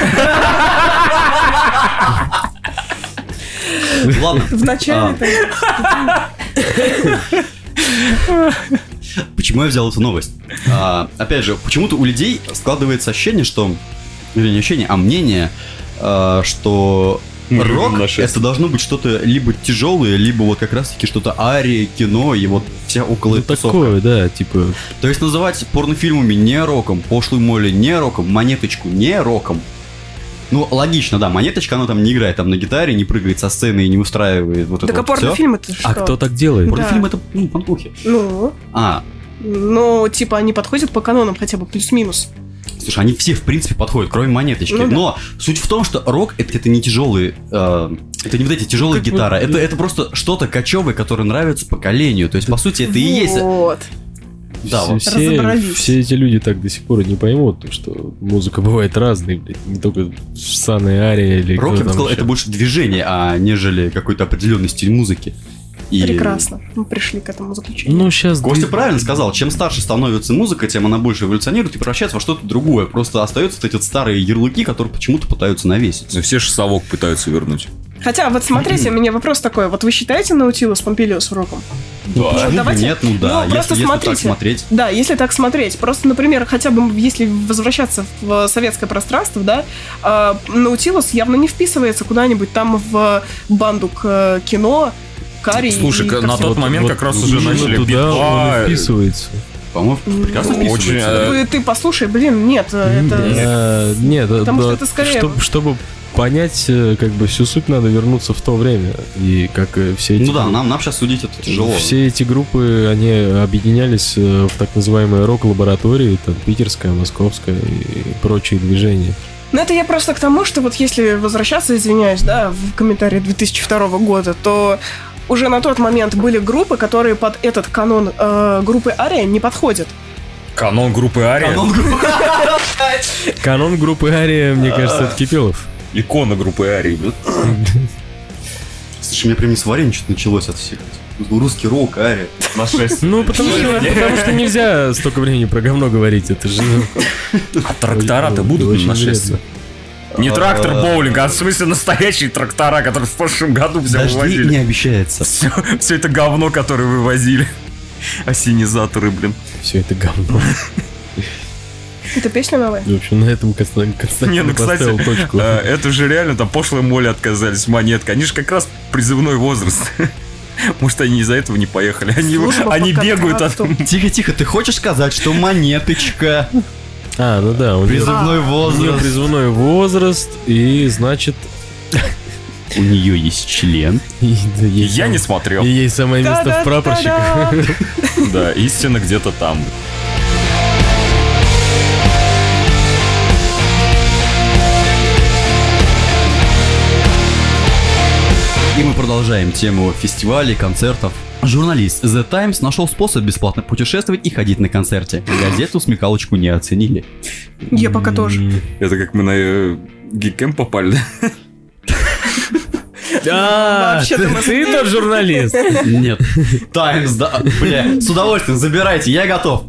[SPEAKER 1] Ладно,
[SPEAKER 4] В начале
[SPEAKER 1] почему я взял эту новость? Опять же, почему-то у людей складывается ощущение, что... Или не ощущение, а мнение, что
[SPEAKER 3] Мы любим
[SPEAKER 1] рок
[SPEAKER 3] нашествие.
[SPEAKER 1] это должно быть что-то либо тяжелое, либо вот как раз-таки что-то ария, кино и вот вся около
[SPEAKER 2] Ну такое, да, типа...
[SPEAKER 1] То есть называть порнофильмами не роком, пошлую моли не роком, монеточку не роком. Ну, логично, да, монеточка, она там не играет там на гитаре, не прыгает со сцены и не устраивает вот
[SPEAKER 4] Так
[SPEAKER 1] это
[SPEAKER 4] а
[SPEAKER 1] вот все.
[SPEAKER 4] порнофильм это что?
[SPEAKER 2] А кто так делает?
[SPEAKER 1] Порнофильм
[SPEAKER 4] Да.
[SPEAKER 1] это, панкухи.
[SPEAKER 4] Ну, типа они подходят по канонам хотя бы плюс-минус.
[SPEAKER 1] Слушай, они все, в принципе, подходят, кроме Монеточки.
[SPEAKER 4] Ну да.
[SPEAKER 1] Но суть в том, что рок это не тяжелые... это не вот эти тяжелые
[SPEAKER 2] Как
[SPEAKER 1] гитары.
[SPEAKER 2] бы-
[SPEAKER 1] Это просто что-то кочевое, которое нравится поколению. То есть, по сути, это и есть...
[SPEAKER 4] Вот.
[SPEAKER 1] Да, вот.
[SPEAKER 4] Разобрались.
[SPEAKER 2] Все эти люди так до сих пор и не поймут, что музыка бывает разной, блядь, не только ссаная ария или
[SPEAKER 1] Рок,
[SPEAKER 2] кто
[SPEAKER 1] я бы
[SPEAKER 2] там
[SPEAKER 1] сказал,
[SPEAKER 2] еще.
[SPEAKER 1] это больше движение, а нежели какой-то определенный стиль музыки. И
[SPEAKER 4] Прекрасно. Мы пришли к этому заключению.
[SPEAKER 2] Ну, сейчас...
[SPEAKER 1] Костя правильно сказал, чем старше становится музыка, тем она больше эволюционирует и превращается во что-то другое. Просто остаются вот эти вот старые ярлыки, которые почему-то пытаются навесить.
[SPEAKER 3] Ну, все же совок пытаются вернуть.
[SPEAKER 4] Хотя, вот смотрите, у меня вопрос такой. Вот вы считаете Наутилус Помпилиус роком?
[SPEAKER 1] Ну, почему бы
[SPEAKER 4] давайте-
[SPEAKER 1] нет? Ну да,
[SPEAKER 4] Ну, просто
[SPEAKER 1] если так
[SPEAKER 4] смотрите.
[SPEAKER 1] смотреть.
[SPEAKER 4] Да, если так смотреть. Просто, например, хотя бы если возвращаться в советское пространство, да, Наутилус явно не вписывается куда-нибудь там в банду к кино, Кари.
[SPEAKER 3] Слушай,
[SPEAKER 4] и
[SPEAKER 3] на
[SPEAKER 4] как
[SPEAKER 3] тот момент как раз уже
[SPEAKER 2] именно
[SPEAKER 3] начали
[SPEAKER 2] туда он
[SPEAKER 3] Би-2.
[SPEAKER 2] и вписывается.
[SPEAKER 1] По-моему, прекрасно
[SPEAKER 3] Ну,
[SPEAKER 1] вписывается.
[SPEAKER 3] очень,
[SPEAKER 4] Ты послушай, блин, нет, это...
[SPEAKER 2] Нет,
[SPEAKER 4] Потому что это скорее-
[SPEAKER 2] Чтобы понять, как бы всю суть, надо вернуться в то время. И как все эти...
[SPEAKER 1] Ну да, нам сейчас судить это тяжело.
[SPEAKER 2] Все эти группы, они объединялись в так называемые рок-лаборатории, там, питерская, московская и прочие движения.
[SPEAKER 4] Ну, это я просто к тому, что вот если возвращаться, извиняюсь, да, в комментарии 2002 года, то уже на тот момент были группы, которые под этот канон группы Ария не подходят.
[SPEAKER 3] Канон группы Ария.
[SPEAKER 2] Канон группы Ария, мне кажется, это Кипелов.
[SPEAKER 3] Икона группы Арии.
[SPEAKER 1] Слушай, у меня прям несварение что-то началось от всех. Русский рок, Ария.
[SPEAKER 2] Ну, потому что нельзя столько времени про говно говорить, это же...
[SPEAKER 3] А трактора-то будут
[SPEAKER 2] очень
[SPEAKER 3] на нашествие? Не трактор боулинг, а в смысле настоящие трактора, которые в прошлом году все
[SPEAKER 1] Дожди не
[SPEAKER 3] вывозили.
[SPEAKER 1] обещается.
[SPEAKER 3] Все это говно, которое вывозили. Осенизаторы, блин.
[SPEAKER 2] Все это говно.
[SPEAKER 4] Это песня новая?
[SPEAKER 2] В общем, на этом
[SPEAKER 3] Не,
[SPEAKER 2] Константин
[SPEAKER 3] ну, кстати,
[SPEAKER 2] поставил точку.
[SPEAKER 3] это же реально, там пошлые моли отказались, Монетка. Они же как раз призывной возраст. Может, они из-за этого не поехали.
[SPEAKER 4] Служба
[SPEAKER 3] Они
[SPEAKER 4] по
[SPEAKER 3] бегают от...
[SPEAKER 4] контракту.
[SPEAKER 1] Тихо-тихо, ты хочешь сказать, что Монеточка,
[SPEAKER 2] А, ну да, у нее
[SPEAKER 1] призывной возраст,
[SPEAKER 2] призывной возраст, и значит...
[SPEAKER 1] у нее есть член.
[SPEAKER 3] Я не смотрел.
[SPEAKER 2] И ей самое место в прапорщиках.
[SPEAKER 3] Да, истина где-то там.
[SPEAKER 1] И мы продолжаем тему фестивалей, концертов. Журналист The Times нашел способ бесплатно путешествовать и ходить на концерте. Газету смекалочку не оценили.
[SPEAKER 4] Я пока тоже.
[SPEAKER 3] Это как мы на Geekcamp попали.
[SPEAKER 4] Вообще-то мы-
[SPEAKER 2] ты тот журналист.
[SPEAKER 1] Нет. Times, да. Бля, с удовольствием, забирайте, я готов.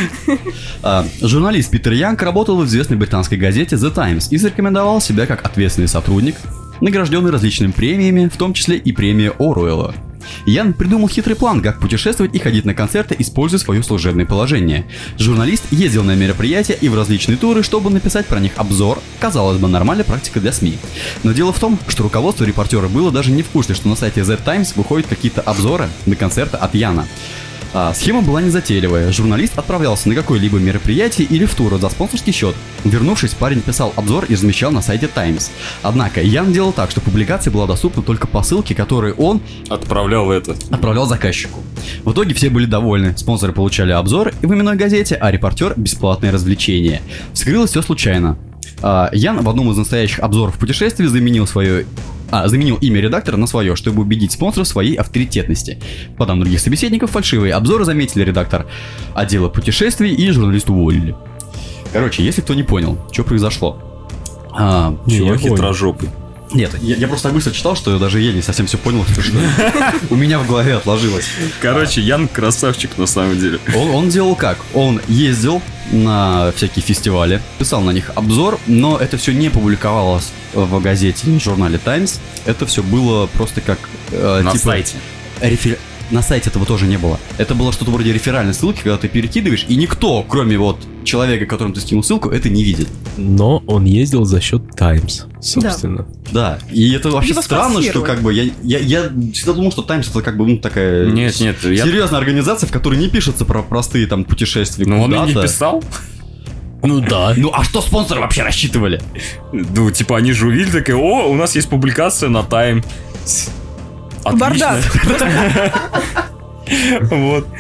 [SPEAKER 1] Журналист Питер Янг работал в известной британской газете The Times и зарекомендовал себя как ответственный сотрудник, награжденный различными премиями, в том числе и премия Оруэлла. Ян придумал хитрый план, как путешествовать и ходить на концерты, используя свое служебное положение. Журналист ездил на мероприятия и в различные туры, чтобы написать про них обзор. Казалось бы, нормальная практика для СМИ. Но дело в том, что руководство репортера было даже не в курсе, что на сайте The Times выходят какие-то обзоры на концерты от Яна. Схема была незатейливая. Журналист отправлялся на какое-либо мероприятие или в тур за спонсорский счет. Вернувшись, парень писал обзор и размещал на сайте Times. Однако Ян делал так, что публикация была доступна только по ссылке, которую он
[SPEAKER 3] Отправлял это.
[SPEAKER 1] отправлял заказчику. В итоге все были довольны. Спонсоры получали обзор в именной газете, а репортер – бесплатное развлечение. Вскрылось все случайно. Ян в одном из настоящих обзоров путешествий заменил имя редактора на свое, чтобы убедить спонсоров в своей авторитетности. По данным других собеседников, фальшивые обзоры заметили редактор отдела путешествий и журналист уволили. Короче, если кто не понял, что произошло.
[SPEAKER 3] Чувак хитрожопый.
[SPEAKER 1] Нет, я просто так быстро читал, что я даже еле совсем все понял, что у меня в голове отложилось.
[SPEAKER 3] Короче, Ян красавчик на самом деле.
[SPEAKER 1] Он делал как? Он ездил на всякие фестивали, писал на них обзор, но это все не публиковалось в газете, в журнале Times. Это все было просто как...
[SPEAKER 3] На сайте.
[SPEAKER 1] На сайте этого тоже не было. Это было что-то вроде реферальной ссылки, когда ты перекидываешь, и никто, кроме вот человека, которому ты скинул ссылку, это не видит.
[SPEAKER 2] Но он ездил за счет Times, собственно.
[SPEAKER 1] Да, и это вообще
[SPEAKER 4] Его
[SPEAKER 1] странно, что
[SPEAKER 4] спонсируют.
[SPEAKER 1] как бы я всегда думал, что Times это как бы такая
[SPEAKER 3] Нет, я...
[SPEAKER 1] серьезная организация, в которой не пишется про простые там путешествия
[SPEAKER 3] Ну, он и
[SPEAKER 1] куда-то.
[SPEAKER 3] не писал.
[SPEAKER 2] Ну да.
[SPEAKER 1] Ну а что спонсоры вообще рассчитывали?
[SPEAKER 3] Ну, типа, они же увидели, такие, о, у нас есть публикация на Time.
[SPEAKER 4] Бардак.
[SPEAKER 3] Вот.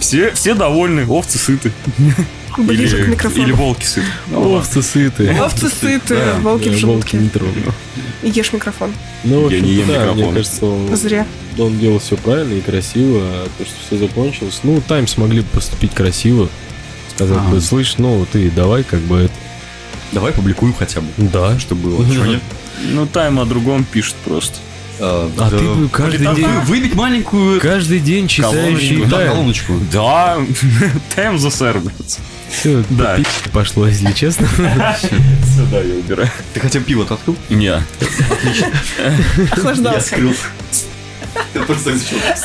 [SPEAKER 3] Все довольны, овцы сыты.
[SPEAKER 4] Ближе к микрофону.
[SPEAKER 3] Или волки сыты.
[SPEAKER 2] Овцы сыты.
[SPEAKER 4] Овцы сыты,
[SPEAKER 1] Да,
[SPEAKER 4] волки в
[SPEAKER 2] Волки
[SPEAKER 4] желудке.
[SPEAKER 2] не трону.
[SPEAKER 4] И ешь микрофон.
[SPEAKER 2] Ну, в
[SPEAKER 3] Я не ем
[SPEAKER 2] общем-то, да, мне
[SPEAKER 3] микрофон.
[SPEAKER 2] кажется,
[SPEAKER 4] Зря.
[SPEAKER 2] он делал все правильно и красиво, а то, что все закончилось. Ну, Таймс могли бы поступить красиво. Сказать бы, слышь, ну, ты давай как бы это...
[SPEAKER 1] Давай публикуем хотя бы,
[SPEAKER 2] Да.
[SPEAKER 1] чтобы было. Чего нет?
[SPEAKER 3] Ну, Тайм о другом пишет просто.
[SPEAKER 2] А ты бы каждый день...
[SPEAKER 1] Выбить маленькую
[SPEAKER 2] Каждый день читающий
[SPEAKER 1] да,
[SPEAKER 2] Тайм.
[SPEAKER 1] колоночку.
[SPEAKER 3] Да, Тайм за сэр, блядь.
[SPEAKER 2] Все,
[SPEAKER 3] Да.
[SPEAKER 2] пошло, если честно.
[SPEAKER 3] Сюда я убираю.
[SPEAKER 1] Ты хотя бы пиво открыл?
[SPEAKER 3] Не.
[SPEAKER 4] Охлаждался.
[SPEAKER 1] Я просто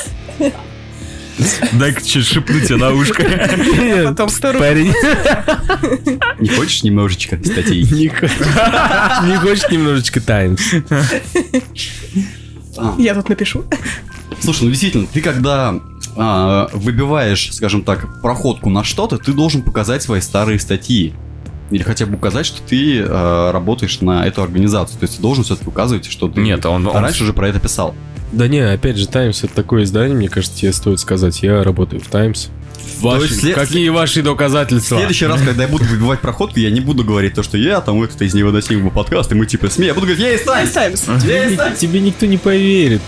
[SPEAKER 3] Дай-ка чуть шепну тебе на ушко.
[SPEAKER 4] Потом 100 рублей.
[SPEAKER 2] Парень,
[SPEAKER 1] не хочешь немножечко статей?
[SPEAKER 2] не хочешь немножечко Таймс?
[SPEAKER 4] Я тут напишу.
[SPEAKER 1] Слушай, ну действительно, ты когда выбиваешь, скажем так, проходку на что-то, ты должен показать свои старые статьи. Или хотя бы указать, что ты работаешь на эту организацию. То есть ты должен все-таки указывать, что ты
[SPEAKER 3] Нет, он-
[SPEAKER 1] раньше уже про это писал.
[SPEAKER 2] Да не, опять же, Таймс это такое издание, мне кажется, тебе стоит сказать, я работаю в Таймс.
[SPEAKER 1] есть
[SPEAKER 2] Какие ваши
[SPEAKER 1] В
[SPEAKER 2] доказательства?
[SPEAKER 1] следующий раз, когда я буду выбивать проходку, я не буду говорить то, что я там кто-то из невыносимого подкаста, и мы типа СМИ, я буду говорить, я из Таймс!
[SPEAKER 4] Таймс.
[SPEAKER 2] Тебе никто не поверит.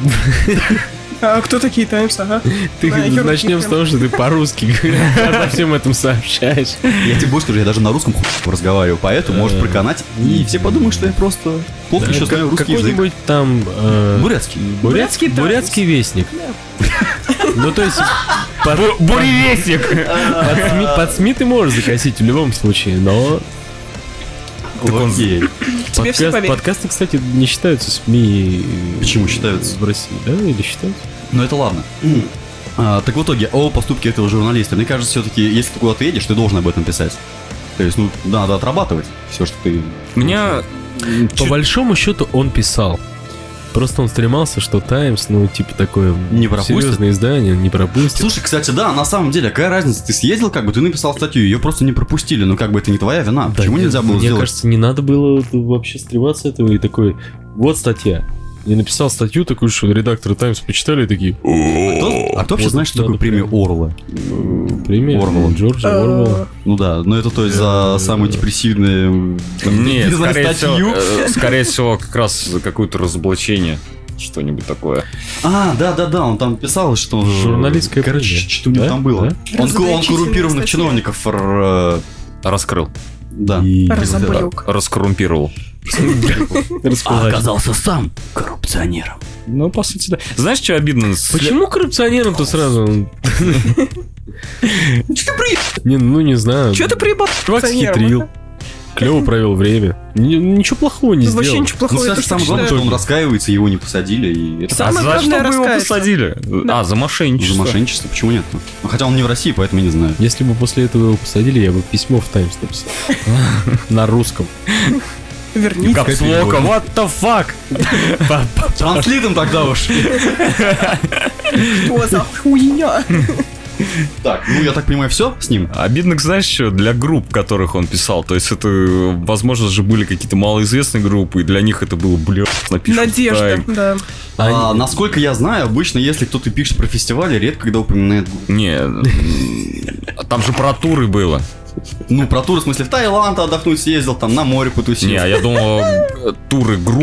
[SPEAKER 4] А кто такие Таймс? Ага.
[SPEAKER 2] Ты
[SPEAKER 4] Да, я
[SPEAKER 2] начнем
[SPEAKER 4] руки
[SPEAKER 2] с того, что ты по-русски обо всем этом сообщаешь.
[SPEAKER 1] Я тебе больше скажу, я даже на русском разговариваю, поэтому может проканать, и все подумают, что я просто плохо еще знаю русский язык.
[SPEAKER 2] Какой-нибудь там...
[SPEAKER 1] Бурятский.
[SPEAKER 4] Бурятский Таймс.
[SPEAKER 2] Бурятский вестник. Ну, то есть...
[SPEAKER 3] Буревестник!
[SPEAKER 2] Под СМИ ты можешь закосить в любом случае, но...
[SPEAKER 1] Окей.
[SPEAKER 4] Тебе все поверят.
[SPEAKER 2] Подкасты, кстати, не считаются СМИ...
[SPEAKER 1] Почему считаются?
[SPEAKER 2] В России, да? Или считаются?
[SPEAKER 1] Ну это ладно. Так в итоге, о поступке этого журналиста. Мне кажется, все-таки, если ты куда-то едешь, ты должен об этом писать. То есть, ну, надо отрабатывать все, что ты...
[SPEAKER 3] Меня...
[SPEAKER 2] По большому счету он писал. Просто он стремался, что Таймс, ну, типа такое
[SPEAKER 1] Не пропустит?
[SPEAKER 2] серьезное издание, не пропустит.
[SPEAKER 1] Слушай, кстати, да, на самом деле, какая разница? Ты съездил, как бы, ты написал статью, ее просто не пропустили. Ну, как бы, это не твоя вина.
[SPEAKER 2] Да
[SPEAKER 1] Почему
[SPEAKER 2] нет,
[SPEAKER 1] нельзя было
[SPEAKER 2] мне
[SPEAKER 1] сделать?
[SPEAKER 2] кажется, не надо было вообще стрематься этого и такой, вот статья. Я написал статью такую, что редакторы Таймс почитали и такие,
[SPEAKER 1] А кто вообще
[SPEAKER 2] Вот
[SPEAKER 1] знает, что
[SPEAKER 2] надо
[SPEAKER 1] такое премия
[SPEAKER 2] прям.
[SPEAKER 1] Орла?
[SPEAKER 2] премия
[SPEAKER 1] Орвелла.
[SPEAKER 2] Джорджа Орвелла.
[SPEAKER 1] Ну да, но это то есть за самую депрессивную...
[SPEAKER 3] Нет,
[SPEAKER 1] не знаю, статью.
[SPEAKER 3] скорее всего, как раз за какое-то разоблачение. Что-нибудь такое.
[SPEAKER 1] Да, он там писал, что...
[SPEAKER 2] Журналистская
[SPEAKER 1] Короче,
[SPEAKER 2] премия.
[SPEAKER 1] что у него
[SPEAKER 2] Да?
[SPEAKER 1] там было.
[SPEAKER 2] Да?
[SPEAKER 1] Он
[SPEAKER 4] Разоблачительная
[SPEAKER 1] коррумпированных
[SPEAKER 4] статья.
[SPEAKER 1] чиновников...
[SPEAKER 3] Раскрыл.
[SPEAKER 1] Да.
[SPEAKER 2] И
[SPEAKER 4] Разоблюк.
[SPEAKER 3] Раскоррумпировал.
[SPEAKER 2] расплывается.
[SPEAKER 1] сам коррупционером.
[SPEAKER 3] Ну, по сути, да. Знаешь, что обидно?
[SPEAKER 2] Почему коррупционером-то сразу? Не, ну не знаю.
[SPEAKER 4] Че ты приебал?
[SPEAKER 2] Чувак схитрил. Клево провел время. Ничего плохого не
[SPEAKER 4] Вообще
[SPEAKER 2] сделал.
[SPEAKER 4] ничего
[SPEAKER 1] Ну,
[SPEAKER 4] плохого. я
[SPEAKER 1] кстати,
[SPEAKER 4] тоже
[SPEAKER 1] самое главное,
[SPEAKER 4] считаю.
[SPEAKER 1] что он раскаивается, его не посадили. И это
[SPEAKER 4] Самое
[SPEAKER 3] за
[SPEAKER 4] главное,
[SPEAKER 3] что бы его
[SPEAKER 4] раскаяться.
[SPEAKER 3] посадили?
[SPEAKER 4] Да.
[SPEAKER 3] А, за мошенничество.
[SPEAKER 1] за мошенничество, почему нет? Ну, хотя он не в России, поэтому я не знаю.
[SPEAKER 2] Если бы после этого его посадили, я бы письмо в Таймс написал. На русском.
[SPEAKER 4] Вернись.
[SPEAKER 3] Капслоком, what the fuck?
[SPEAKER 1] Транслитом тогда уж.
[SPEAKER 4] Что за хуйня?
[SPEAKER 1] Так, ну я так понимаю, все с ним?
[SPEAKER 3] Обидно, знаешь, что для групп, которых он писал, то есть это, возможно, же были какие-то малоизвестные группы, и для них это было, напишут
[SPEAKER 4] Надежда,
[SPEAKER 3] Тайм.
[SPEAKER 4] да.
[SPEAKER 1] Насколько я знаю, обычно, если кто-то пишет про фестивали, редко когда упоминает...
[SPEAKER 3] Не, там же про туры было.
[SPEAKER 1] Ну, про туры, в смысле, в Таиланд отдохнуть съездил, там на море потусил.
[SPEAKER 3] Не, я думал, туры групп.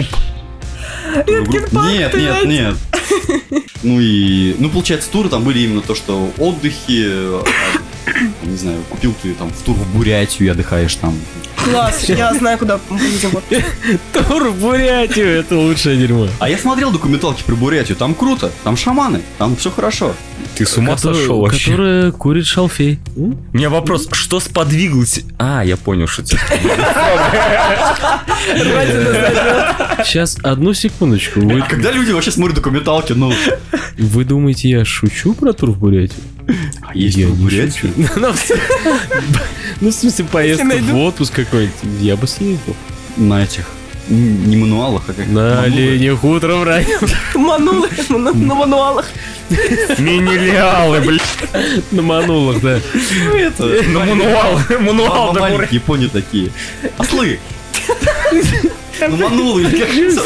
[SPEAKER 1] Нет. Ну и... Ну, получается, туры там были именно то, что отдыхи... Не знаю, купил ты там в тур в Бурятию и отдыхаешь там.
[SPEAKER 4] Класс, я знаю, куда мы едем. Вот.
[SPEAKER 2] Тур в Бурятию, это лучшее дерьмо.
[SPEAKER 1] А я смотрел документалки про Бурятию, там круто, там шаманы, там все хорошо.
[SPEAKER 3] Ты с ума сошел вообще?
[SPEAKER 2] Которая курит шалфей.
[SPEAKER 3] У меня вопрос, что сподвигло... А, я понял, что тебе...
[SPEAKER 2] Сейчас, одну секундочку.
[SPEAKER 1] А когда люди вообще смотрят документалки, ну...
[SPEAKER 2] Вы думаете, я шучу про тур в Бурятию?
[SPEAKER 1] А есть
[SPEAKER 2] Я
[SPEAKER 1] тур в
[SPEAKER 2] не
[SPEAKER 1] Бурятию?
[SPEAKER 2] Ну, в смысле, поездка
[SPEAKER 4] найду.
[SPEAKER 2] в отпуск какой-нибудь. Я бы съездил.
[SPEAKER 1] На этих... Не мануалах, а как...
[SPEAKER 2] На оленях утром ранним.
[SPEAKER 4] Манулы на мануалах.
[SPEAKER 3] Мини-лиалы, блин.
[SPEAKER 2] На манулах, да.
[SPEAKER 3] На мануал, да,
[SPEAKER 1] Маленькие пони такие. Ослы! Ну, манулы, или как же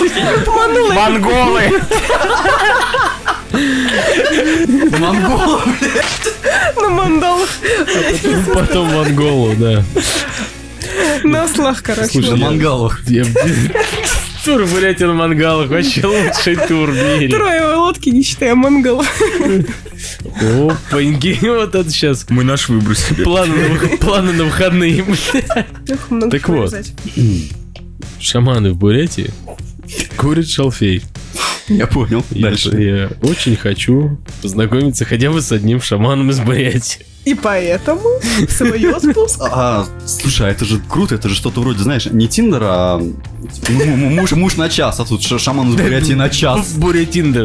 [SPEAKER 3] монголы.
[SPEAKER 1] Монголы, блядь.
[SPEAKER 4] На мандалах.
[SPEAKER 2] Потом в Анголу, да.
[SPEAKER 4] На ослах, короче.
[SPEAKER 1] Слушай, на мангалах.
[SPEAKER 2] Тур в Бурятии на мангалах. Вообще лучший тур в мире.
[SPEAKER 4] Троевые лодки, не считая мангалов.
[SPEAKER 2] Опаньки. Вот это сейчас.
[SPEAKER 3] Мы наш выбросили.
[SPEAKER 2] Планы на выходные. Так вот. Шаманы в Бурятии курят шалфей.
[SPEAKER 1] Я понял. Дальше.
[SPEAKER 2] Я очень хочу познакомиться хотя бы с одним шаманом из Бурятии.
[SPEAKER 4] И поэтому свой отпуск.
[SPEAKER 1] Слушай, это же круто, это же что-то вроде, знаешь, не Тиндер, а муж на час, а тут шаман из Бурятии на час.
[SPEAKER 2] Бурятиндер.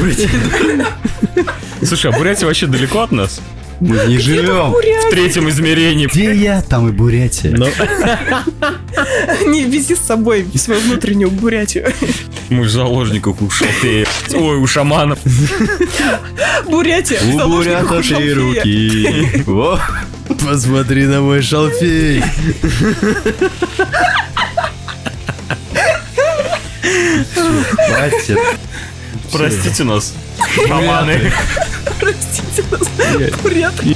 [SPEAKER 3] Слушай, а Бурятия вообще далеко от нас?
[SPEAKER 1] Мы не живем
[SPEAKER 3] В третьем измерении.
[SPEAKER 1] Где я, там и Бурятия.
[SPEAKER 4] Не вези с собой свою внутреннюю Бурятию.
[SPEAKER 3] Мы в заложниках у шалфеев. Ой, у шаманов.
[SPEAKER 4] Бурятия в
[SPEAKER 1] У
[SPEAKER 4] заложниках у
[SPEAKER 1] бурята три
[SPEAKER 4] шалфея.
[SPEAKER 1] руки. Во.
[SPEAKER 2] Посмотри на мой шалфей.
[SPEAKER 1] Хватит.
[SPEAKER 3] Простите нас, шаманы.
[SPEAKER 4] Простите нас, буряты.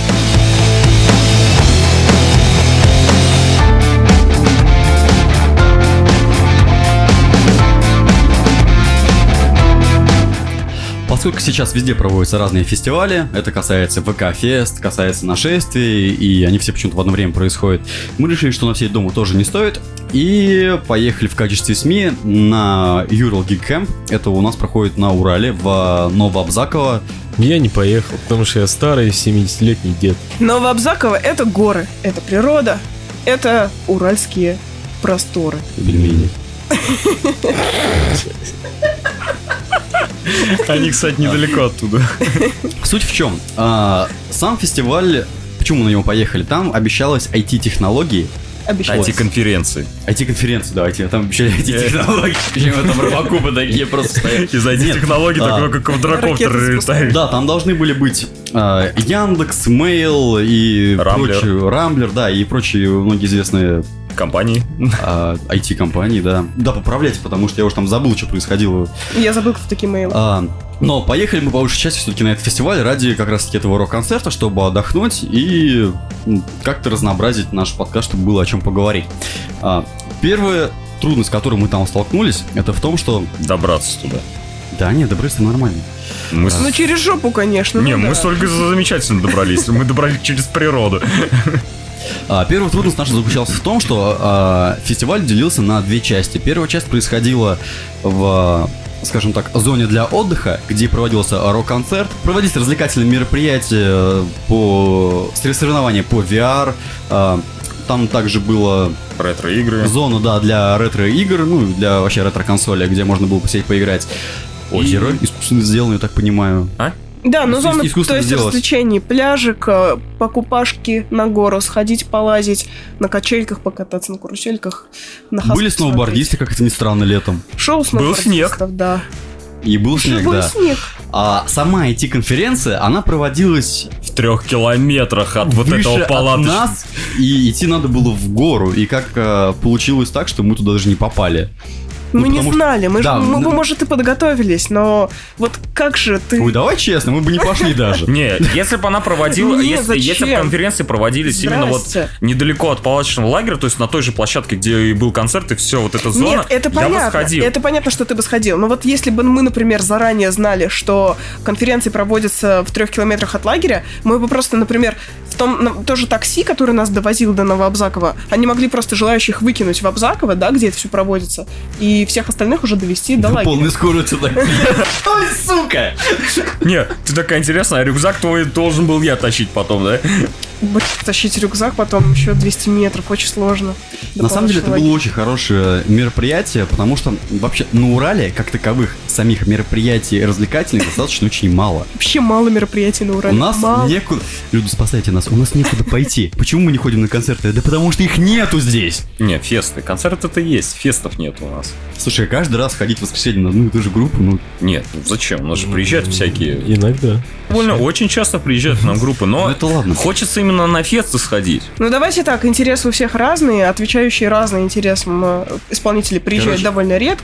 [SPEAKER 1] Поскольку сейчас везде проводятся разные фестивали, это касается ВК-фест, касается нашествий, и они все почему-то в одно время происходят, мы решили, что на всей дому тоже не стоит, и поехали в качестве СМИ на Ural Geek Camp. Это у нас проходит на Урале, в Новоабзаково.
[SPEAKER 2] Я не поехал, потому что я старый 70-летний дед.
[SPEAKER 4] Новоабзаково — это горы, это природа, это уральские просторы.
[SPEAKER 1] Пельмени.
[SPEAKER 3] Они, кстати, недалеко оттуда.
[SPEAKER 1] Суть в чем? Сам фестиваль, почему мы на него поехали? Там обещалось IT-технологии.
[SPEAKER 4] Обещалось.
[SPEAKER 3] IT-конференции.
[SPEAKER 1] IT-конференции, давайте, там обещали IT-технологии. Почему там робокопы такие просто стоят?
[SPEAKER 3] Из IT-технологий такой, как квадрокоптер
[SPEAKER 4] Ракеты
[SPEAKER 3] летает.
[SPEAKER 1] Да, там должны были быть Яндекс, Mail и
[SPEAKER 3] Рамблер.
[SPEAKER 1] прочие, Рамблер, да, и прочие многие известные
[SPEAKER 3] Компании.
[SPEAKER 1] IT-компании, да. Да, поправляйте, потому что я уже там забыл, что происходило.
[SPEAKER 4] Я забыл, кто такие мейлы.
[SPEAKER 1] Но поехали мы по большей части все-таки на этот фестиваль ради как раз-таки этого рок-концерта, чтобы отдохнуть и как-то разнообразить наш подкаст, чтобы было о чем поговорить. Первая трудность, с которой мы там столкнулись, это в том, что...
[SPEAKER 3] Добраться туда.
[SPEAKER 1] Да нет, добраться нормально.
[SPEAKER 3] Мы
[SPEAKER 4] Ну, через жопу, конечно.
[SPEAKER 3] Не,
[SPEAKER 4] ну
[SPEAKER 3] мы
[SPEAKER 4] да.
[SPEAKER 3] с Ольгой замечательно добрались. Мы добрались через природу.
[SPEAKER 1] Первая трудность наша заключалась в том, что фестиваль делился на две части. Первая часть происходила в, скажем так, зоне для отдыха, где проводился рок-концерт, проводились развлекательные мероприятия по соревнования по VR. Там также было
[SPEAKER 3] Ретро-игры.
[SPEAKER 1] зона, да, для ретро-игр, ну, для вообще ретро-консоли, где можно было посидеть, поиграть. Озеро искусственно сделано, я так понимаю.
[SPEAKER 4] Да, ну зона,
[SPEAKER 1] искусственно
[SPEAKER 4] то есть
[SPEAKER 1] сделать.
[SPEAKER 4] развлечений, пляжик, покупашки на гору, сходить полазить, на качельках покататься, на карусельках, на хаски
[SPEAKER 1] Были сноубордисты, как это ни странно, летом.
[SPEAKER 4] посмотреть. Шоу сноубордистов, да.
[SPEAKER 1] И был снег,
[SPEAKER 4] Был
[SPEAKER 1] да.
[SPEAKER 4] снег.
[SPEAKER 1] А сама IT-конференция, она проводилась
[SPEAKER 3] В 3 километрах от вот
[SPEAKER 1] выше
[SPEAKER 3] этого
[SPEAKER 1] от
[SPEAKER 3] палаточного.
[SPEAKER 1] нас, и идти надо было в гору. И как получилось так, что мы туда даже не попали.
[SPEAKER 4] Мы не
[SPEAKER 1] потому что-
[SPEAKER 4] знали, мы,
[SPEAKER 1] да,
[SPEAKER 4] мы
[SPEAKER 1] ну-
[SPEAKER 4] бы, может, и подготовились, но вот как же ты...
[SPEAKER 1] Ой, давай честно, мы бы не пошли даже.
[SPEAKER 3] Не, если бы она проводила,
[SPEAKER 4] Не,
[SPEAKER 3] если бы
[SPEAKER 4] зачем?
[SPEAKER 3] конференции проводились именно вот
[SPEAKER 4] Здрасте.
[SPEAKER 3] недалеко от палаточного лагеря, то есть на той же площадке, где и был концерт, и все, вот эта зона,
[SPEAKER 4] Нет, это
[SPEAKER 3] я бы
[SPEAKER 4] понятно.
[SPEAKER 3] сходил.
[SPEAKER 4] Это понятно, что ты бы сходил. Но вот если бы мы, например, заранее знали, что конференции проводятся в 3 километрах от лагеря, мы бы просто, например, в том тоже такси, который нас довозил до Новоабзакова, они могли просто желающих выкинуть в Абзаково, да, где это все проводится, и всех остальных уже довести до
[SPEAKER 1] На
[SPEAKER 4] лагеря.
[SPEAKER 1] полной скорости так. Ой, сука!
[SPEAKER 3] Не, ты такая интересная, а рюкзак твой должен был я тащить потом, да?
[SPEAKER 4] Блин, тащить рюкзак потом еще 200 метров, очень сложно. До
[SPEAKER 1] На самом деле это
[SPEAKER 4] палаточного
[SPEAKER 1] было очень хорошее мероприятие, потому что вообще на Урале, как таковых, самих мероприятий развлекательных достаточно очень мало.
[SPEAKER 4] Вообще мало мероприятий на Урале.
[SPEAKER 1] У нас
[SPEAKER 4] Мало.
[SPEAKER 1] некуда... Люди, спасайте нас, у нас некуда пойти. Почему мы не ходим на концерты? Да потому что их нету здесь.
[SPEAKER 3] Не, фесты, концерты-то есть, фестов нет у нас.
[SPEAKER 1] Слушай, каждый раз ходить в воскресенье на одну и ту же группу, ну...
[SPEAKER 3] Нет, ну зачем? У нас же приезжают всякие...
[SPEAKER 2] Иногда.
[SPEAKER 3] Довольно очень часто приезжают к нам группы, но
[SPEAKER 1] Ну, это ладно.
[SPEAKER 3] хочется именно на фесты сходить.
[SPEAKER 4] Ну давайте так, интересы у всех разные, отвечающие разные интересам исполнители приезжают
[SPEAKER 1] Короче.
[SPEAKER 4] довольно редко.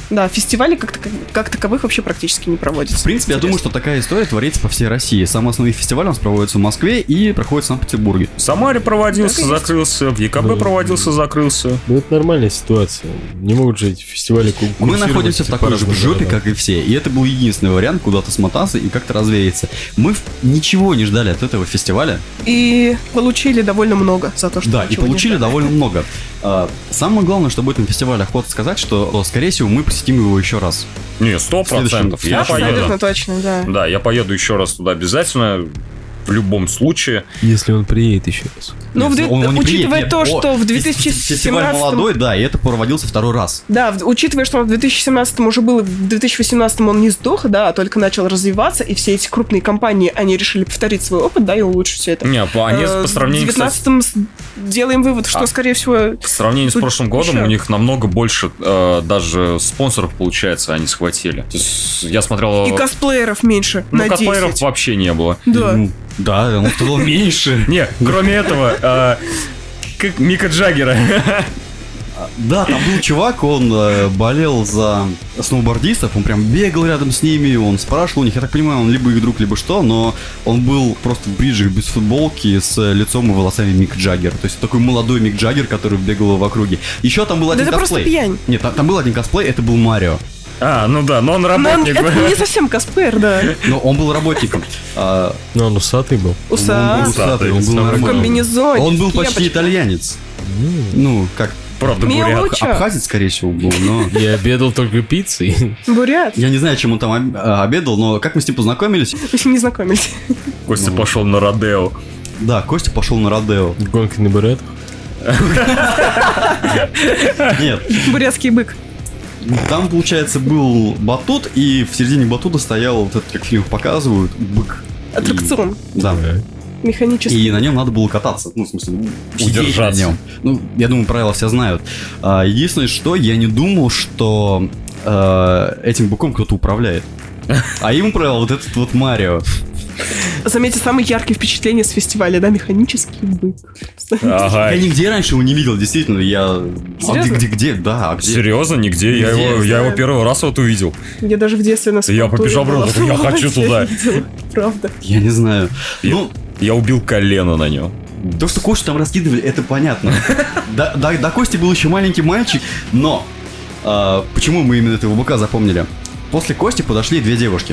[SPEAKER 4] Да, фестивали как таковых вообще практически не проводятся.
[SPEAKER 1] В принципе, я думаю, что такая история творится по всей России. Самый основной фестиваль у нас проводится в Москве и проходит в Санкт-Петербурге.
[SPEAKER 3] В Самаре проводился,
[SPEAKER 4] Так и
[SPEAKER 3] закрылся, в ЕКБ проводился, закрылся.
[SPEAKER 2] Ну, это нормальная ситуация. Не могут же эти фестивали
[SPEAKER 1] Мы находимся в такой же жопе, как и все. И это был единственный вариант куда-то смотаться и как-то развеяться. Мы ничего не ждали от этого фестиваля.
[SPEAKER 4] И получили довольно много за то, что
[SPEAKER 1] Да, и
[SPEAKER 4] ничего не
[SPEAKER 1] получили
[SPEAKER 4] ждали.
[SPEAKER 1] довольно много. Самое главное, что об этом фестивале охота сказать, что, скорее всего, мы посетим его еще раз.
[SPEAKER 3] Не, 100%. Я
[SPEAKER 4] Абсолютно
[SPEAKER 3] поеду.
[SPEAKER 4] точно, да.
[SPEAKER 3] Да, я поеду еще раз туда обязательно. В любом случае.
[SPEAKER 2] Если он приедет еще раз.
[SPEAKER 4] Ну,
[SPEAKER 1] Он не
[SPEAKER 4] учитывая
[SPEAKER 1] приедет,
[SPEAKER 4] то,
[SPEAKER 1] нет.
[SPEAKER 4] что в
[SPEAKER 1] Фестиваль
[SPEAKER 4] 2017...
[SPEAKER 1] молодой, да, и это проводился второй раз.
[SPEAKER 4] Да, учитывая, что он в 2017 уже был, и в 2018 он не сдох, да, а только начал развиваться, и все эти крупные компании, они решили повторить свой опыт, да, и улучшить все это.
[SPEAKER 3] Не, они по сравнению,
[SPEAKER 4] В 2019 делаем вывод, что, скорее всего...
[SPEAKER 3] По сравнению с
[SPEAKER 4] тут
[SPEAKER 3] прошлым годом
[SPEAKER 4] еще.
[SPEAKER 3] у них намного больше даже спонсоров, получается, они схватили. То есть я смотрел...
[SPEAKER 4] И косплееров меньше
[SPEAKER 3] Ну,
[SPEAKER 4] на 10.
[SPEAKER 3] косплееров вообще не было.
[SPEAKER 4] Да.
[SPEAKER 1] Ну, да, он стал меньше.
[SPEAKER 3] Не, кроме этого, как Мика Джаггера.
[SPEAKER 1] Да, там был чувак, он болел за сноубордистов, он прям бегал рядом с ними, он спрашивал у них, я так понимаю, он либо их друг, либо что, но он был просто в бриджах без футболки с лицом и волосами Мик Джаггера. То есть такой молодой Мик Джаггер, который бегал в округе. Еще там был
[SPEAKER 4] Да
[SPEAKER 1] один
[SPEAKER 4] это просто
[SPEAKER 1] косплей.
[SPEAKER 4] пьянь.
[SPEAKER 1] Нет, там был один косплей, это был Марио.
[SPEAKER 3] Ну да, но он
[SPEAKER 4] Но
[SPEAKER 3] работник.
[SPEAKER 4] это не совсем косплеер, да.
[SPEAKER 1] Но он был работником.
[SPEAKER 2] Но он усатый был.
[SPEAKER 1] Он был усатый, он был
[SPEAKER 4] В
[SPEAKER 1] нормальный.
[SPEAKER 4] комбинезоне.
[SPEAKER 1] Он был
[SPEAKER 4] в
[SPEAKER 1] почти
[SPEAKER 4] кепочке.
[SPEAKER 1] итальянец. Ну, как
[SPEAKER 3] Правда,
[SPEAKER 4] Мелочь.
[SPEAKER 3] бурят.
[SPEAKER 4] Чё?
[SPEAKER 1] абхазец, скорее всего, был, но...
[SPEAKER 2] Я обедал только пиццей.
[SPEAKER 4] Бурят.
[SPEAKER 1] Я не знаю, чем он там обедал, но как мы с ним познакомились?
[SPEAKER 4] Мы с ним не знакомились.
[SPEAKER 3] Костя пошел на Родео.
[SPEAKER 1] Да, Костя пошел на Родео.
[SPEAKER 2] Гонки на буретах.
[SPEAKER 1] Нет,
[SPEAKER 4] Бурятский бык.
[SPEAKER 1] там, получается, был батут, и в середине батута стоял вот этот, как в фильмах показывают, бык.
[SPEAKER 4] Аттракцион.
[SPEAKER 1] Да.
[SPEAKER 4] Механический.
[SPEAKER 1] И на нем надо было кататься. Ну, в смысле, сидеть на
[SPEAKER 3] Удержаться.
[SPEAKER 1] нем. Ну, я думаю, правила все знают. Единственное, что я не думал, что этим быком кто-то управляет. А им управлял вот этот вот Марио.
[SPEAKER 4] Заметьте, самые яркие впечатления с фестиваля, да, механический бык.
[SPEAKER 3] Ага.
[SPEAKER 1] Я нигде раньше его не видел, действительно. Я...
[SPEAKER 4] Серьезно?
[SPEAKER 1] Где? Да, а где?
[SPEAKER 3] Серьезно, нигде. Я
[SPEAKER 1] Где?
[SPEAKER 3] его первый раз вот увидел.
[SPEAKER 4] Я даже в детстве на
[SPEAKER 3] Я побежал,
[SPEAKER 4] была.
[SPEAKER 3] просто, я хочу туда.
[SPEAKER 4] видела. Правда.
[SPEAKER 1] Я не знаю. Ну,
[SPEAKER 3] Я убил колено на нем.
[SPEAKER 1] то, что Костю там раскидывали, это понятно. До Кости был еще маленький мальчик, но почему мы именно этого быка запомнили? После Кости подошли две девушки.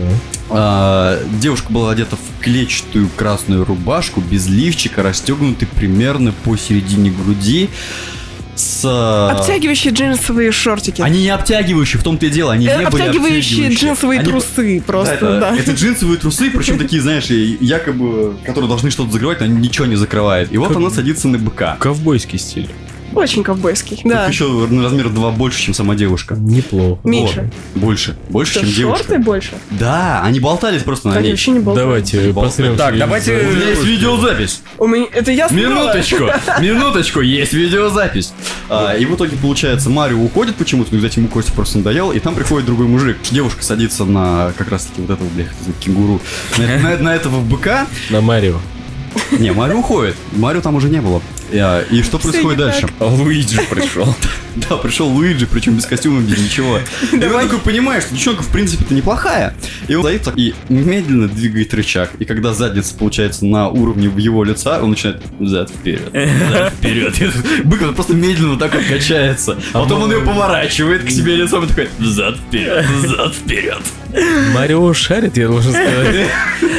[SPEAKER 1] Девушка была одета в клетчатую красную рубашку, без лифчика, расстегнутой примерно посередине груди.
[SPEAKER 4] Обтягивающие джинсовые шортики.
[SPEAKER 1] Они не обтягивающие, в том-то и дело, они не были
[SPEAKER 4] Обтягивающие джинсовые
[SPEAKER 1] Они-
[SPEAKER 4] трусы просто, да.
[SPEAKER 1] Это джинсовые трусы, причем такие, знаешь, якобы, которые должны что-то закрывать, но они ничего не закрывают. И вот она садится на быка.
[SPEAKER 2] Ковбойский стиль.
[SPEAKER 4] Очень ковбойский, да.
[SPEAKER 1] Только еще на размер 2 больше, чем сама девушка.
[SPEAKER 2] Неплохо.
[SPEAKER 4] Меньше.
[SPEAKER 1] Вот. Больше,
[SPEAKER 4] Что,
[SPEAKER 1] чем девушка.
[SPEAKER 4] шорты больше?
[SPEAKER 1] Да, они болтались просто на
[SPEAKER 4] Кстати,
[SPEAKER 1] ней.
[SPEAKER 4] вообще не болтаю.
[SPEAKER 2] Давайте посмотрим.
[SPEAKER 3] Так, давайте-
[SPEAKER 1] У меня есть видеозапись.
[SPEAKER 4] У меня... Это я снимала.
[SPEAKER 1] Минуточку, есть видеозапись. И в итоге, получается, Марио уходит почему-то, но, кстати, ему Костя просто надоел, и там приходит другой мужик. Девушка садится на как раз-таки вот этого, блядь, кенгуру, на этого быка.
[SPEAKER 2] На Марио.
[SPEAKER 1] Не, Марио уходит, Марио там уже не было. И что происходит
[SPEAKER 4] не
[SPEAKER 1] дальше?
[SPEAKER 3] Луиджи пришел.
[SPEAKER 1] Да, пришел Луиджи, причем без костюма, без ничего. И он такой понимает, что девчонка в принципе-то неплохая. И он стоит и медленно двигает рычаг. И когда задница получается на уровне его лица, он начинает взад-вперед. Взад-вперед. Бык просто медленно так вот качается. Потом он ее поворачивает к себе лицом и такой взад-вперед, взад-вперед.
[SPEAKER 2] Марио шарит, я должен сказать.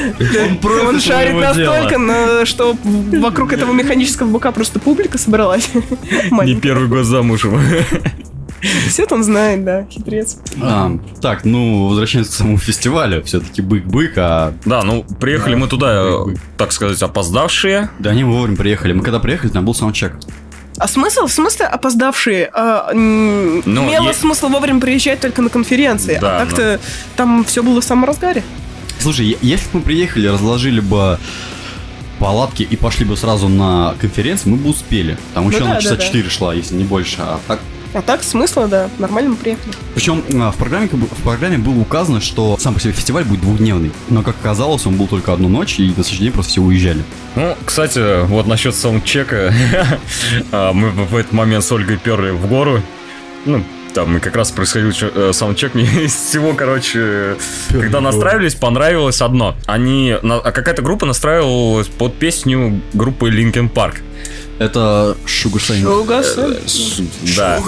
[SPEAKER 4] Он шарит настолько, что вокруг этого механического быка просто публика собралась.
[SPEAKER 3] Не первый год замужем.
[SPEAKER 4] Все он знает, да, хитрец.
[SPEAKER 1] Так, ну, возвращаемся к самому фестивалю. Все-таки бык-бык,
[SPEAKER 3] Да, ну, приехали мы туда,
[SPEAKER 1] Бык-бык.
[SPEAKER 3] так сказать, опоздавшие.
[SPEAKER 1] Да, они вовремя приехали. Мы когда приехали, там был саундчек.
[SPEAKER 4] А смысл? В смысле опоздавшие? Имело смысл вовремя приезжать только на конференции.
[SPEAKER 3] Да,
[SPEAKER 4] А так-то там все было в самом разгаре.
[SPEAKER 1] Слушай, если бы мы приехали, разложили бы палатки и пошли бы сразу на конференцию, мы бы успели. Там еще
[SPEAKER 4] да,
[SPEAKER 1] на часа
[SPEAKER 4] да.
[SPEAKER 1] 4 шла, если не больше.
[SPEAKER 4] А так смысла, да, нормально мы приехали.
[SPEAKER 1] Причем в программе было указано, что сам по себе фестиваль будет двухдневный. Но, как оказалось, он был только одну ночь, и на следующий день просто все уезжали.
[SPEAKER 3] Ну, кстати, вот насчет саундчека. Мы в этот момент с Ольгой перли в гору. Ну, Там и как раз происходил саундчек. Мне из всего, короче, когда настраивались, понравилось одно. Какая-то группа настраивалась под песню группы Linkin Park.
[SPEAKER 1] Это Sugar Sand.
[SPEAKER 3] Да.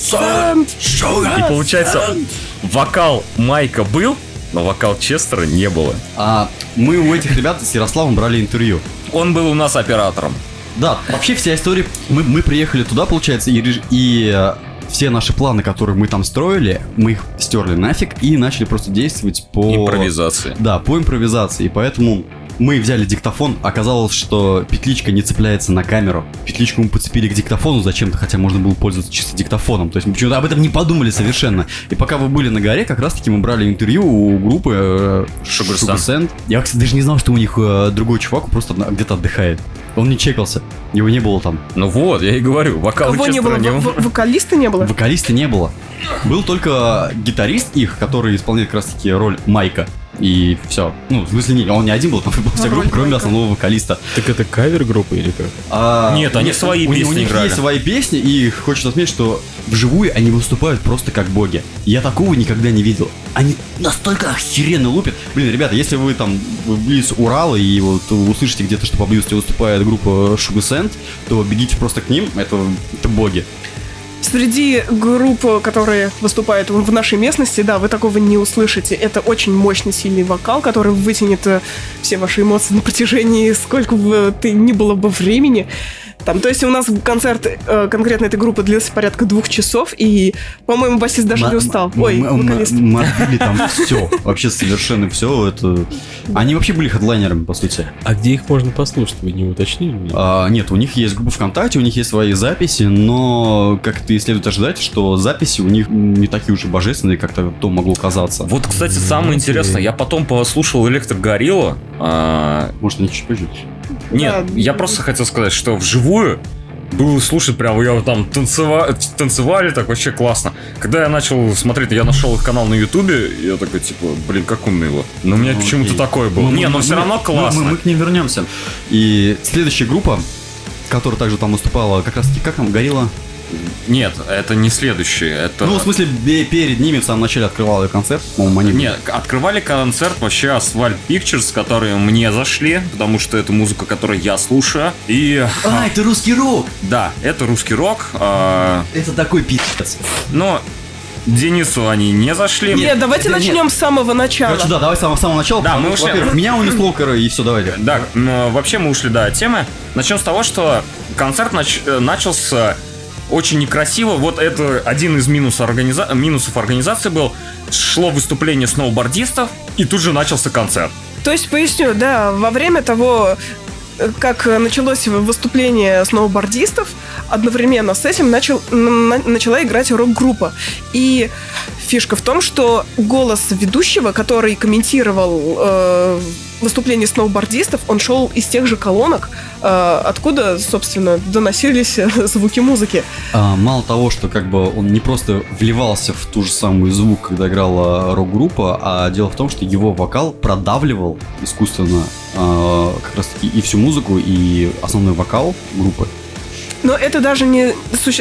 [SPEAKER 3] И получается, вокал Майка был, но вокал Честера не было.
[SPEAKER 1] Мы у этих ребят с Ярославом брали интервью.
[SPEAKER 3] Он был у нас оператором.
[SPEAKER 1] Да, вообще вся история... Мы приехали туда, получается, и все наши планы, которые мы там строили, мы их стерли нафиг и начали просто действовать по...
[SPEAKER 3] Импровизации.
[SPEAKER 1] Да, по импровизации. И поэтому мы взяли диктофон, оказалось, что петличка не цепляется на камеру. Петличку мы подцепили к диктофону зачем-то, хотя можно было пользоваться чисто диктофоном. То есть мы почему-то об этом не подумали совершенно. И пока вы были на горе, как раз-таки мы брали интервью у группы Sugar Sand. Я, кстати, даже не знал, что у них другой чувак просто где-то отдыхает. Он не чекался, его не было там.
[SPEAKER 3] Ну вот, я и говорю, вокала
[SPEAKER 4] Кого не было? Вокалиста не было?
[SPEAKER 1] Вокалиста не было. Был только гитарист их, который исполняет как раз-таки роль Майка. И все. Ну, в смысле, он не один был, там была вся группа, кроме основного вокалиста.
[SPEAKER 2] Так это кавер-группа или как?
[SPEAKER 3] Нет, они свои песни
[SPEAKER 1] у них
[SPEAKER 3] играли.
[SPEAKER 1] есть свои песни, и хочется отметить, что вживую они выступают просто как боги. Я такого никогда не видел. Они настолько охеренно лупят. Блин, ребята, если вы там близ Урала и вот услышите где-то, что поблизости выступает группа Sugar Sand, то бегите просто к ним, это боги.
[SPEAKER 4] Среди групп, которые выступают в нашей местности, да, вы такого не услышите. Это очень мощный, сильный вокал, который вытянет все ваши эмоции на протяжении сколько бы ты ни было бы времени. Там, то есть у нас концерт конкретно этой группы длился порядка 2 часов, и, по-моему, басист даже не устал. Вокалист.
[SPEAKER 1] Мы отбили там все, вообще совершенно все. Это... Они вообще были хедлайнерами, по сути.
[SPEAKER 2] А где их можно послушать, вы не уточнили?
[SPEAKER 1] Нет, у них есть группа ВКонтакте, у них есть свои записи, но как-то и следует ожидать, что записи у них не такие уж и божественные, как-то то могло казаться.
[SPEAKER 3] Вот, кстати, самое интересное, я потом послушал Electric Gorilla.
[SPEAKER 1] Может, они чуть позже?
[SPEAKER 3] Нет, я просто хотел сказать, что вживую было слушать прям, я там танцевали, так вообще классно. Когда я начал смотреть, я нашел их канал на Ютубе, я такой, типа, блин, как уныло. Но у меня почему-то такое было. Но все равно классно.
[SPEAKER 1] Мы к ним вернемся. И следующая группа, которая также там выступала, как раз таки, как там, Горилла?
[SPEAKER 3] Нет, это не следующие. Это...
[SPEAKER 1] Ну, в смысле, перед ними в самом начале открывали концерт.
[SPEAKER 3] Нет, открывали концерт вообще Asphalt Pictures, которые мне зашли, потому что это музыка, которую я слушаю. И...
[SPEAKER 1] это русский рок!
[SPEAKER 3] Да, это русский рок.
[SPEAKER 1] Это такой пиздец.
[SPEAKER 3] Но Денису они не зашли.
[SPEAKER 4] Нет, давайте начнем с самого начала.
[SPEAKER 1] Короче, да, давай с самого начала.
[SPEAKER 3] Да, мы ушли.
[SPEAKER 1] Во-первых, меня унесло, и все, давайте.
[SPEAKER 3] Да, вообще мы ушли, да, от темы. Начнем с того, что концерт начался очень некрасиво. Вот это один из минусов организации был. Шло выступление сноубордистов, и тут же начался концерт.
[SPEAKER 4] То есть, поясню, да, во время того, как началось выступление сноубордистов, одновременно с этим начала играть рок-группа. И фишка в том, что голос ведущего, который комментировал выступление сноубордистов, он шел из тех же колонок, откуда, собственно, доносились звуки музыки.
[SPEAKER 1] Мало того, что как бы он не просто вливался в ту же самую звук, когда играла рок-группа, а дело в том, что его вокал продавливал искусственно как раз таки и всю музыку, и основной вокал группы.
[SPEAKER 4] Но это даже не...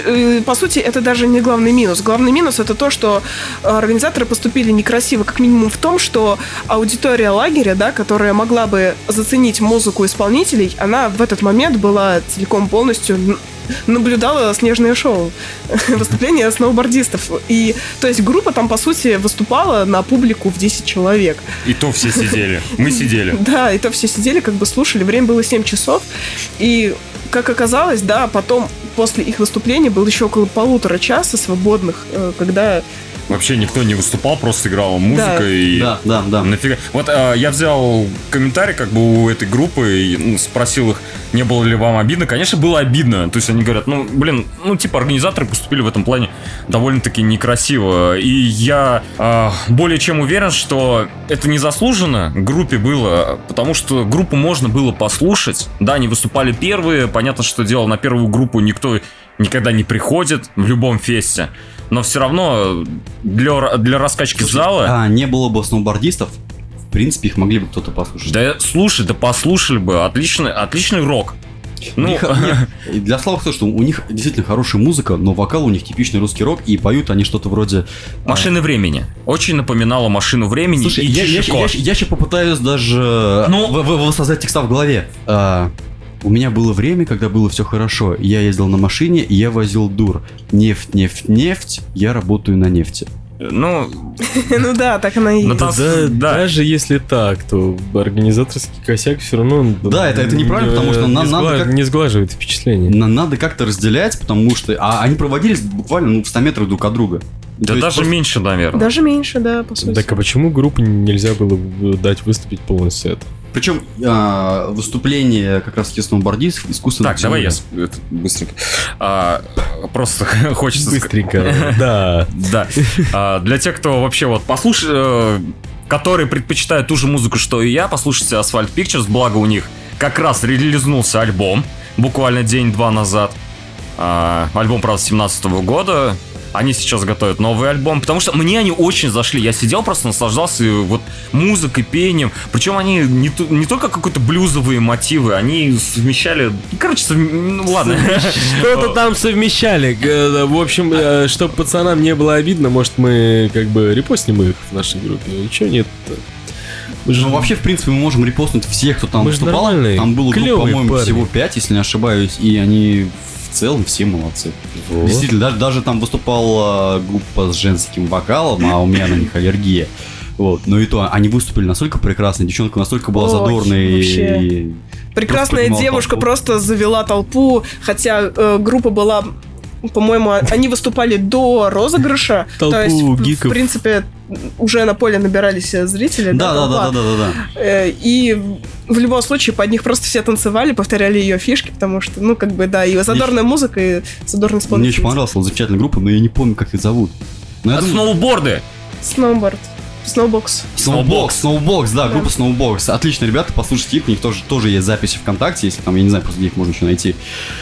[SPEAKER 4] По сути, это даже не главный минус. Главный минус — это то, что организаторы поступили некрасиво, как минимум в том, что аудитория лагеря, да, которая могла бы заценить музыку исполнителей, она в этот момент была целиком полностью... наблюдала снежное шоу, выступление сноубордистов. И, то есть, группа там, по сути, выступала на публику в 10 человек.
[SPEAKER 3] И то все сидели. Мы сидели.
[SPEAKER 4] Да, и то все сидели, как бы слушали. Время было 7 часов. И, как оказалось, да, потом, после их выступления, было еще около 1,5 часа свободных, когда...
[SPEAKER 3] Вообще никто не выступал, просто играла музыка.
[SPEAKER 1] Да.
[SPEAKER 3] И...
[SPEAKER 1] Да.
[SPEAKER 3] Нафига. Вот я взял комментарий как бы у этой группы и спросил их, не было ли вам обидно. Конечно, было обидно. То есть они говорят, типа организаторы поступили в этом плане довольно-таки некрасиво. И я более чем уверен, что это незаслуженно группе было, потому что группу можно было послушать. Да, они выступали первые. Понятно, что дело на первую группу никто никогда не приходит в любом фесте. Но все равно для раскачки зала...
[SPEAKER 1] не было бы сноубордистов, в принципе, их могли бы кто-то послушать.
[SPEAKER 3] Да, слушай, да послушали бы. Отличный рок. Ну,
[SPEAKER 1] И для слова сказать, что у них действительно хорошая музыка, но вокал у них типичный русский рок, и поют они что-то вроде...
[SPEAKER 3] «Машины времени». Очень напоминало «Машину времени».
[SPEAKER 1] Слушай,
[SPEAKER 3] и
[SPEAKER 1] я
[SPEAKER 3] «Чижико».
[SPEAKER 1] сейчас попытаюсь даже воссоздать текста в голове. У меня было время, когда было все хорошо. Я ездил на машине, и я возил дур. Нефть, нефть, нефть, я работаю на нефти.
[SPEAKER 3] Ну,
[SPEAKER 4] Ну да, так она и
[SPEAKER 3] Ну,
[SPEAKER 4] есть.
[SPEAKER 3] там-
[SPEAKER 2] Да,
[SPEAKER 3] да.
[SPEAKER 2] даже если так, то организаторский косяк все равно...
[SPEAKER 1] Да, это неправильно, потому что нам надо как-
[SPEAKER 2] не сглаживает впечатление.
[SPEAKER 1] Надо как-то разделять, потому что... А они проводились буквально в 100 метрах друг от друга.
[SPEAKER 3] да
[SPEAKER 1] То есть
[SPEAKER 3] даже
[SPEAKER 1] просто-
[SPEAKER 3] меньше, наверное.
[SPEAKER 4] Даже меньше, да, по сути.
[SPEAKER 2] Так а почему группе нельзя было дать выступить полный сет?
[SPEAKER 1] Причем выступление как раз таки сноубордистов искусственно...
[SPEAKER 3] Так, давай я быстренько. Просто хочется...
[SPEAKER 2] Быстренько, да.
[SPEAKER 3] Да. Для тех, кто вообще вот послушает, которые предпочитают ту же музыку, что и я, послушайте Asphalt Pictures, благо у них как раз релизнулся альбом буквально день-два назад. Альбом, правда, 2017 года. Они сейчас готовят новый альбом, потому что мне они очень зашли. Я сидел, просто наслаждался вот музыкой, пением. Причем они не только какие-то блюзовые мотивы, они совмещали... Короче, ну ладно.
[SPEAKER 2] Что-то там совмещали. В общем, чтобы пацанам не было обидно, может, мы как бы репостнем их в нашей группе. Ничего нет-то.
[SPEAKER 1] Ну, вообще, в принципе, мы можем репостнуть всех, кто там
[SPEAKER 2] Мы же
[SPEAKER 1] выступал.
[SPEAKER 2] нормальные,
[SPEAKER 1] Там было,
[SPEAKER 2] клёвые
[SPEAKER 1] по-моему,
[SPEAKER 2] парни.
[SPEAKER 1] всего 5, если не ошибаюсь, и они в целом все молодцы.
[SPEAKER 2] Вот.
[SPEAKER 1] Действительно, даже там выступала группа с женским вокалом, а у меня на них аллергия. Вот, но и то, они выступили настолько прекрасно, девчонка настолько была
[SPEAKER 4] Ой,
[SPEAKER 1] задорной.
[SPEAKER 4] вообще.
[SPEAKER 1] И
[SPEAKER 4] Прекрасная
[SPEAKER 1] поднимала
[SPEAKER 4] девушка
[SPEAKER 1] толпу.
[SPEAKER 4] просто завела толпу, хотя группа была, по-моему, они выступали до розыгрыша.
[SPEAKER 2] Толпу
[SPEAKER 4] То есть, в
[SPEAKER 2] гиков.
[SPEAKER 4] принципе, уже на поле набирались зрители.
[SPEAKER 1] Да.
[SPEAKER 4] толпа. И в любом случае под них просто все танцевали, повторяли ее фишки, потому что, ну, как бы, да, и задорная музыка, и задорный
[SPEAKER 1] Мне
[SPEAKER 4] исполнитель.
[SPEAKER 1] очень понравилась вот замечательная группа, но я не помню, как их зовут. Но я думаю,
[SPEAKER 3] Сноуборды.
[SPEAKER 4] Сноуборд. Сноубокс.
[SPEAKER 1] Snowbox, да,
[SPEAKER 4] Да.
[SPEAKER 1] группа Snowbox. Отличные ребята, послушайте их, у них тоже есть записи ВКонтакте, если там, я не знаю, просто где их можно еще найти.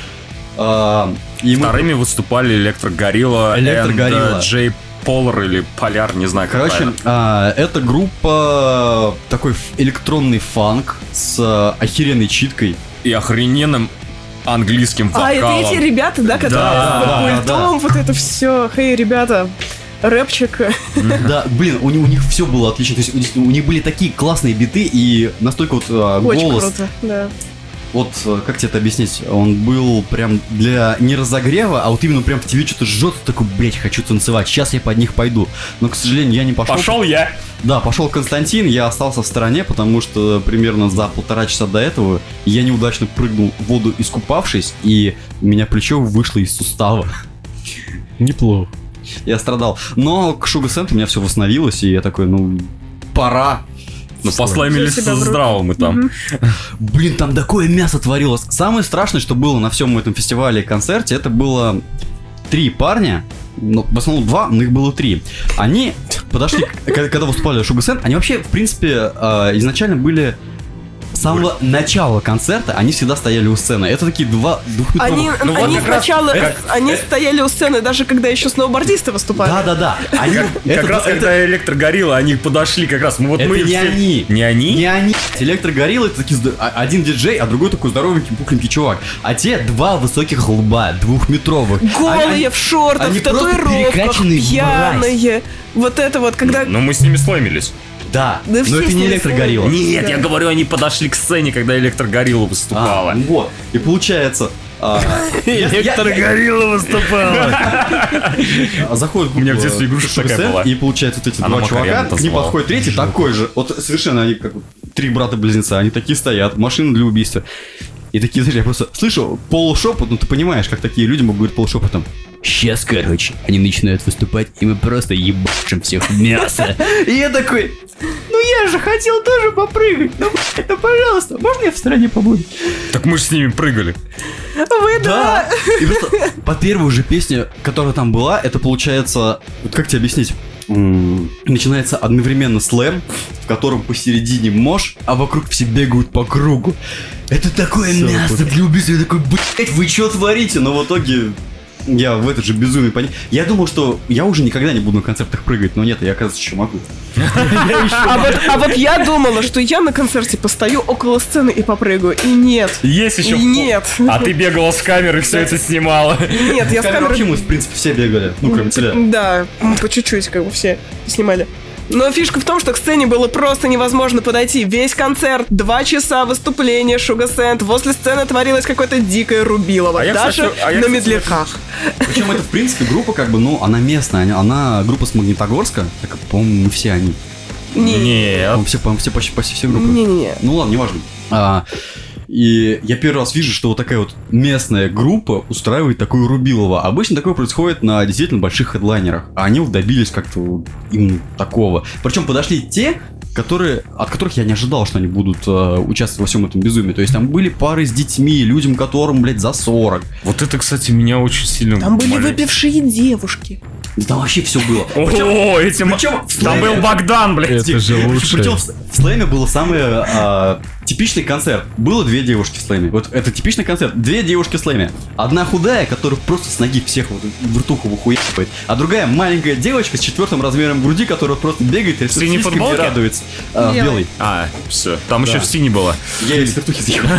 [SPEAKER 1] И мы-
[SPEAKER 3] Вторыми выступали Электрогорилла,
[SPEAKER 1] Электрогорилла.
[SPEAKER 3] Джей Полар или Поляр, не знаю, как
[SPEAKER 1] Короче,
[SPEAKER 3] правильно.
[SPEAKER 1] это группа такой электронный фанк с охеренной читкой.
[SPEAKER 3] И охрененным английским
[SPEAKER 4] А, это
[SPEAKER 3] вокалом.
[SPEAKER 4] эти ребята, да, которые
[SPEAKER 1] Да,
[SPEAKER 4] с пультом, вот это все. Хей, ребята, рэпчик.
[SPEAKER 1] Да, блин, у них все было отлично. То есть у них были такие классные биты и настолько вот
[SPEAKER 4] Очень
[SPEAKER 1] голос.
[SPEAKER 4] круто, да.
[SPEAKER 1] Вот как тебе это объяснить? Он был прям для не разогрева, а вот именно прям в тебе что-то жжет, такой, блять, хочу танцевать. Сейчас я под них пойду. Но, к сожалению, я не пошел.
[SPEAKER 3] Пошел я.
[SPEAKER 1] Да, пошел Константин, я остался в стороне, потому что примерно за 1,5 часа до этого я неудачно прыгнул в воду, искупавшись, и у меня плечо вышло из сустава.
[SPEAKER 2] Неплохо.
[SPEAKER 1] Я страдал. Но к Шуга-Сенту у меня все восстановилось, и я такой, ну, пора.
[SPEAKER 3] Ну, послаймились
[SPEAKER 4] Себя в руки.
[SPEAKER 3] здравым и там.
[SPEAKER 1] Блин, там такое мясо творилось. Самое страшное, что было на всем этом фестивале и концерте, это было 3 парня. Ну, в основном 2, но их было 3. Они подошли, когда выступали Шуга Сент, они вообще, в принципе, изначально были... С самого начала концерта они всегда стояли у сцены. Это такие два
[SPEAKER 4] Они,
[SPEAKER 1] двухметровых...
[SPEAKER 3] Ну вот
[SPEAKER 4] они
[SPEAKER 3] как раз
[SPEAKER 4] сначала,
[SPEAKER 3] это-
[SPEAKER 4] они стояли у сцены, даже когда еще сноубордисты выступали.
[SPEAKER 1] Да. Они,
[SPEAKER 3] Как раз когда Электрогорилла, они подошли как раз. Мы
[SPEAKER 1] Это не
[SPEAKER 3] все-
[SPEAKER 1] они.
[SPEAKER 3] Не они?
[SPEAKER 1] Не они. Электрогориллы это такие один диджей, а другой такой здоровенький, пухленький чувак. А те 2 высоких лба, 2-метровых.
[SPEAKER 4] Голые в шортах,
[SPEAKER 1] они
[SPEAKER 4] в
[SPEAKER 1] просто
[SPEAKER 4] татуировках,
[SPEAKER 1] перекачанные в
[SPEAKER 4] пьяные. Вот это вот, когда...
[SPEAKER 3] Но мы с ними сломились.
[SPEAKER 1] Да,
[SPEAKER 4] Да
[SPEAKER 1] но
[SPEAKER 4] все
[SPEAKER 1] это
[SPEAKER 4] с
[SPEAKER 1] не
[SPEAKER 4] ними
[SPEAKER 1] Электрогорилла.
[SPEAKER 4] сломались.
[SPEAKER 3] Нет,
[SPEAKER 4] Да.
[SPEAKER 3] я говорю, они подошли к сцене, когда Электрогорилла выступала.
[SPEAKER 1] Ну вот. И получается...
[SPEAKER 2] Электрогорилла выступала.
[SPEAKER 1] Заходит
[SPEAKER 3] У меня в детстве игрушка
[SPEAKER 1] Шуга
[SPEAKER 3] такая
[SPEAKER 1] Сент,
[SPEAKER 3] была.
[SPEAKER 1] И получается вот эти
[SPEAKER 3] Она
[SPEAKER 1] 2 чувака,
[SPEAKER 3] Макарена
[SPEAKER 1] к ним
[SPEAKER 3] звала.
[SPEAKER 1] подходит третий такой же. Вот совершенно они как 3 брата-близнеца, они такие стоят, машины для убийства. И такие, знаешь, я просто слышу полушепот, ну ты понимаешь, как такие люди могут говорить полушепотом. Сейчас, короче, они начинают выступать, и мы просто ебашим всех в мясо. И я такой, ну я же хотел тоже попрыгать, ну, пожалуйста, можно я в стороне побуду?
[SPEAKER 3] Так мы же с ними прыгали.
[SPEAKER 4] Вы, да.
[SPEAKER 1] И просто по первой же песне, которая там была, это получается, вот как тебе объяснить? Начинается одновременно слэм, в котором посередине мош, а вокруг все бегают по кругу. Это такое
[SPEAKER 2] Всё,
[SPEAKER 1] мясо для убийства. Я такой, блять, вы что творите? Но в итоге я в этот же безумие понял. Я думал, что я уже никогда не буду на концертах прыгать, но нет, я, оказывается, еще могу.
[SPEAKER 4] А вот я думала, что я на концерте постою около сцены и попрыгаю, и нет.
[SPEAKER 3] Есть еще.
[SPEAKER 4] И нет.
[SPEAKER 3] А ты бегала с камеры, все это снимала.
[SPEAKER 4] Нет, я с камерой...
[SPEAKER 1] Вообще мы, в принципе, все бегали, ну, кроме тебя.
[SPEAKER 4] Да, мы по чуть-чуть как бы все снимали. Но фишка в том, что к сцене было просто невозможно подойти. Весь концерт, 2 часа выступления Шуга Сэнд. Возле сцены творилось какое-то дикое рубилово. Даже на медляках.
[SPEAKER 1] Причем это, в принципе, группа, как бы, ну, она местная. Она группа с Магнитогорска. Так, по-моему, мы все они.
[SPEAKER 3] Нет.
[SPEAKER 1] По-моему, все почти все группы.
[SPEAKER 4] Не-не-не.
[SPEAKER 1] Ну ладно, неважно. И я первый раз вижу, что вот такая вот местная группа устраивает такое рубилово. Обычно такое происходит на действительно больших хедлайнерах. А они вот добились как-то вот именно такого. Причем подошли те, от которых я не ожидал, что они будут участвовать во всем этом безумии. То есть там были пары с детьми, людям, которым, блядь, за 40.
[SPEAKER 3] Вот это, кстати, меня очень сильно...
[SPEAKER 4] Там были выпившие девушки.
[SPEAKER 1] Да там вообще все было.
[SPEAKER 3] О, этим... Там был Богдан, блядь.
[SPEAKER 2] Это же лучше.
[SPEAKER 1] Причем в слэме был самый типичный концерт. Было 2 девушки в слэме. Вот это типичный концерт. 2 девушки в слэме. Одна худая, которая просто с ноги всех вот в ртуху выхуяпает. А другая маленькая девочка с 4 размером груди, которая просто бегает и
[SPEAKER 3] В синей футболке?
[SPEAKER 1] радуется. Белый.
[SPEAKER 3] Все. Там еще в сине было.
[SPEAKER 1] Я из вертухи съехал.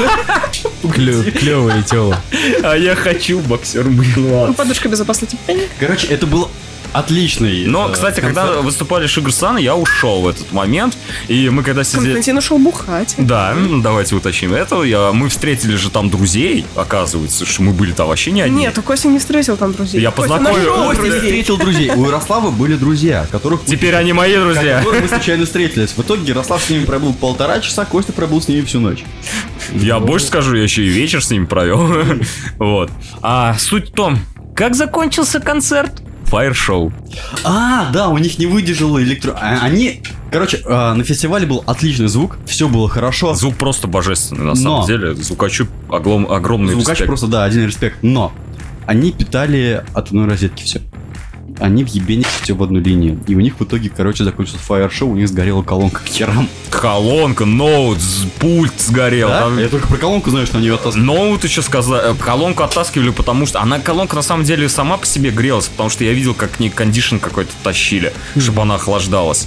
[SPEAKER 2] Клевое тело.
[SPEAKER 3] А я хочу боксер, блин,
[SPEAKER 4] Ну,
[SPEAKER 3] ладно.
[SPEAKER 4] подушка безопасности.
[SPEAKER 1] Короче, это был отличный.
[SPEAKER 3] Но, кстати,
[SPEAKER 1] концерт.
[SPEAKER 3] когда выступали Sugar Sun, я ушел в этот момент. И мы когда сидели...
[SPEAKER 4] Константин ушел бухать.
[SPEAKER 3] Да, давайте уточним это. Мы встретили же там друзей, оказывается, что мы были там вообще не одни.
[SPEAKER 4] Нет, у Костя не встретил там друзей.
[SPEAKER 3] Я
[SPEAKER 4] Костя
[SPEAKER 3] познакомил-
[SPEAKER 4] нашел
[SPEAKER 1] Костя
[SPEAKER 4] друзей.
[SPEAKER 1] встретил друзей. У Ярослава были друзья, которых...
[SPEAKER 3] Теперь они мои друзья.
[SPEAKER 1] Которые мы случайно встретились. В итоге Ярослав с ними пробыл 1,5 часа, Костя пробыл с ними всю ночь.
[SPEAKER 3] Я больше скажу, я еще и вечер с ними провел. Вот. А суть в том, как закончился концерт? Фаер-шоу.
[SPEAKER 1] Да, у них не выдержало Они... Короче, на фестивале был отличный звук, все было хорошо.
[SPEAKER 3] Звук просто божественный, на
[SPEAKER 1] Но.
[SPEAKER 3] самом деле. Звукачу огромный
[SPEAKER 1] Звукач
[SPEAKER 3] респект.
[SPEAKER 1] просто, да, один респект. Но они питали от одной розетки все. Они въебенили все в одну линию. И у них в итоге, короче, закончился фаер-шоу, у них сгорела колонка к херам.
[SPEAKER 3] Колонка, ноут, пульт сгорел.
[SPEAKER 1] Да?
[SPEAKER 3] Там-
[SPEAKER 1] Я только про колонку знаю, что они ее оттаскивали.
[SPEAKER 3] Ноут еще сказали, колонку оттаскивали, потому что колонка на самом деле сама по себе грелась, потому что я видел, как к ней кондишн какой-то тащили, чтобы она охлаждалась.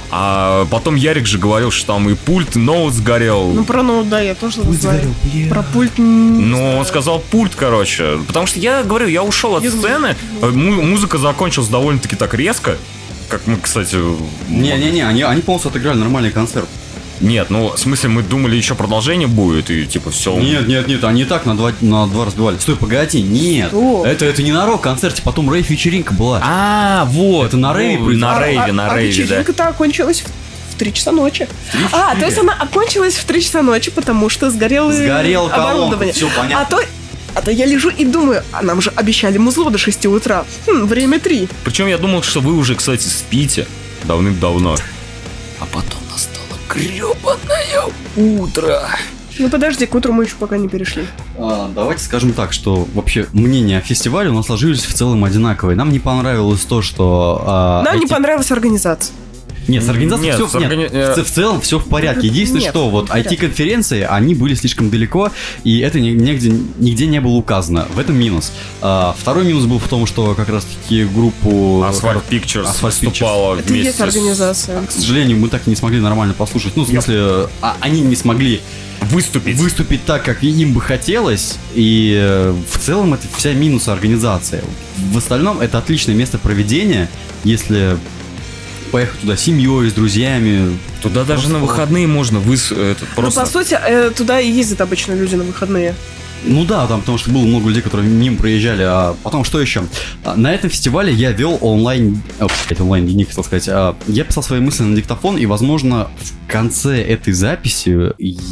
[SPEAKER 3] А потом Ярик же говорил, что там и пульт, и ноут сгорел.
[SPEAKER 4] Ну, про ноут, да, я тоже знаю. Про пульт...
[SPEAKER 3] Ну, он сказал пульт, короче. Потому что я говорю, я ушел от сцены, музыка закончилась довольно-таки так резко. Как мы, кстати...
[SPEAKER 1] Не-не-не, они полностью отыграли нормальный концерт.
[SPEAKER 3] Нет, ну, в смысле, мы думали, еще продолжение будет, и типа все.
[SPEAKER 1] Нет, они и так на два разбивали. Стой, погоди, нет.
[SPEAKER 4] Что?
[SPEAKER 1] Это не на рок-концерте, потом рейв-вечеринка была.
[SPEAKER 3] Вот.
[SPEAKER 1] Это на рейве произошло.
[SPEAKER 3] На рейве, да.
[SPEAKER 4] вечеринка-то окончилась в 3 часа ночи. То есть она окончилась в 3 часа ночи, потому что сгорело
[SPEAKER 1] Сгорела колонка,
[SPEAKER 4] оборудование.
[SPEAKER 1] все понятно.
[SPEAKER 4] А то я лежу и думаю, а нам же обещали музло до 6 утра. Время 3.
[SPEAKER 3] Причем я думал, что вы уже, кстати, спите давным-давно. А потом настало гребаное утро.
[SPEAKER 4] Ну подожди, к утру мы еще пока не перешли.
[SPEAKER 1] Давайте скажем так, что вообще мнения о фестивале у нас сложились в целом одинаковые. Нам не понравилось то, что...
[SPEAKER 4] Нам не понравилась организация.
[SPEAKER 1] Нет, с организацией
[SPEAKER 3] Нет,
[SPEAKER 1] все в целом все в порядке. Единственное,
[SPEAKER 4] Нет,
[SPEAKER 1] что вот
[SPEAKER 4] в порядке.
[SPEAKER 1] IT-конференции, они были слишком далеко, и это нигде не было указано. В этом минус. Второй минус был в том, что как раз-таки группу...
[SPEAKER 3] Asphalt Pictures
[SPEAKER 1] Asphalt Pictures.
[SPEAKER 3] выступала
[SPEAKER 4] Это и
[SPEAKER 3] вместе
[SPEAKER 4] есть организация.
[SPEAKER 1] К сожалению, мы так и не смогли нормально послушать. Ну, в смысле, они не смогли выступить так, как им бы хотелось. И в целом это вся минус организации. В остальном это отличное место проведения, если поехать туда с семьей, с друзьями.
[SPEAKER 3] Туда даже на выходные можно
[SPEAKER 4] Ну,
[SPEAKER 3] просто...
[SPEAKER 4] по сути, туда и ездят обычно люди на выходные.
[SPEAKER 1] Ну да, там, потому что было много людей, которые мимо проезжали. А потом, что еще? На этом фестивале я вел онлайн-дневник, хотел сказать. Я писал свои мысли на диктофон, и, возможно, в конце этой записи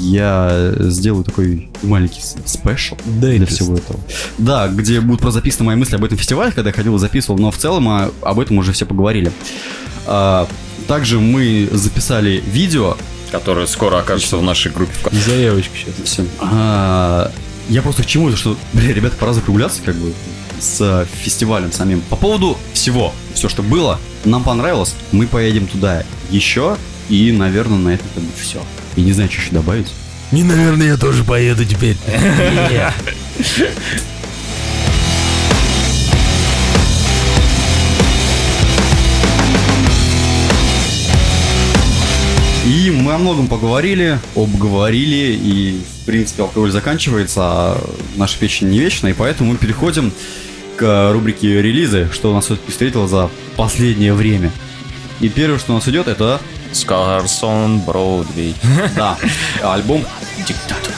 [SPEAKER 1] я сделаю такой маленький спешл для всего этого. Да, где будут просто записаны мои мысли об этом фестивале, когда я ходил и записывал, но в целом об этом уже все поговорили. Также мы записали видео,
[SPEAKER 3] которое скоро окажется в нашей группе.
[SPEAKER 2] И заявочку сейчас.
[SPEAKER 1] все. Я просто к чему, что, ребята, пора закругляться, как бы, с фестивалем самим. По поводу всего, все, что было, нам понравилось, мы поедем туда еще, и, наверное, на этом как бы все. И не знаю, что еще добавить.
[SPEAKER 2] Не, наверное, я тоже поеду теперь.
[SPEAKER 1] И мы о многом поговорили, обговорили, и, в принципе, алкоголь заканчивается, а наша печень не вечна, и поэтому мы переходим к рубрике релизы, что у нас все-таки встретило за последнее время. И первое, что у нас идет, это...
[SPEAKER 3] Scars on Broadway.
[SPEAKER 1] Да, альбом «Диктатор».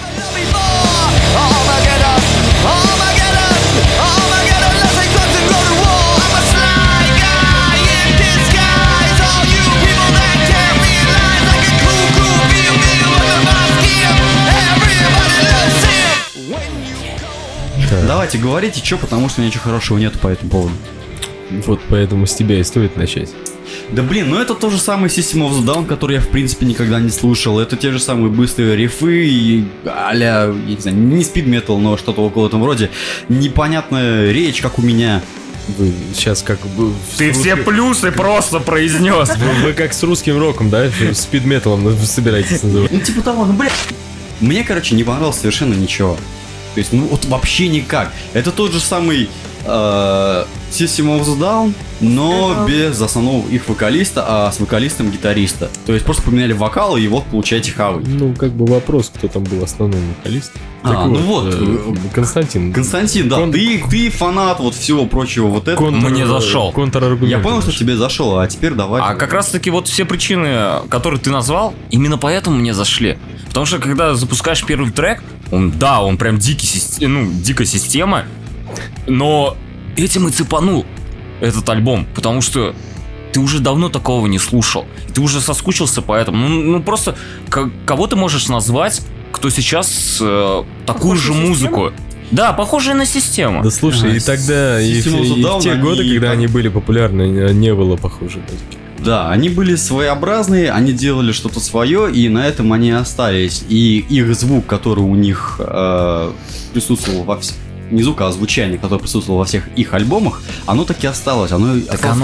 [SPEAKER 1] Давайте говорите, что, потому что ничего хорошего нету по этому поводу.
[SPEAKER 2] Вот поэтому с тебя и стоит начать.
[SPEAKER 1] Да блин, ну это тот же самый System of a Down, который я в принципе никогда не слушал. Это те же самые быстрые рифы и а-ля, я не знаю, не speed metal, но что-то около этого вроде. Непонятная речь, как у меня.
[SPEAKER 2] Вы сейчас как бы...
[SPEAKER 3] Ты все плюсы просто произнес.
[SPEAKER 2] Вы как с русским роком, да? С спид-металом вы собираетесь называть.
[SPEAKER 1] Ну типа того, ну блин. Мне, короче, не понравилось совершенно ничего. То есть, ну вот вообще никак. Это тот же самый System of a Down, но без основного их вокалиста, а с вокалистом гитариста. То есть просто поменяли вокал, и вот получаете хавы.
[SPEAKER 2] Ну, как бы вопрос, кто там был основной вокалист. Константин.
[SPEAKER 1] Константин, да, ты фанат вот всего прочего вот этого.
[SPEAKER 3] Мне зашел.
[SPEAKER 2] Контраргумент.
[SPEAKER 1] Я понял, что тебе зашло, а теперь давай.
[SPEAKER 3] А как раз таки вот все причины, которые ты назвал, именно поэтому мне зашли. Потому что когда запускаешь первый трек, он прям дикая система, но этим и цепанул этот альбом, потому что ты уже давно такого не слушал, ты уже соскучился по этому. Ну просто кого ты можешь назвать, кто сейчас такую же музыку? Да, похожая на систему.
[SPEAKER 2] Да слушай, и тогда, и в те годы, когда они были популярны, не было похожей музыки.
[SPEAKER 1] Да, они были своеобразные, они делали что-то свое, и на этом они остались. И их звук, который у них присутствовал во всех... Не звук, а звучание, которое присутствовало во всех их альбомах, оно таки осталось. Мы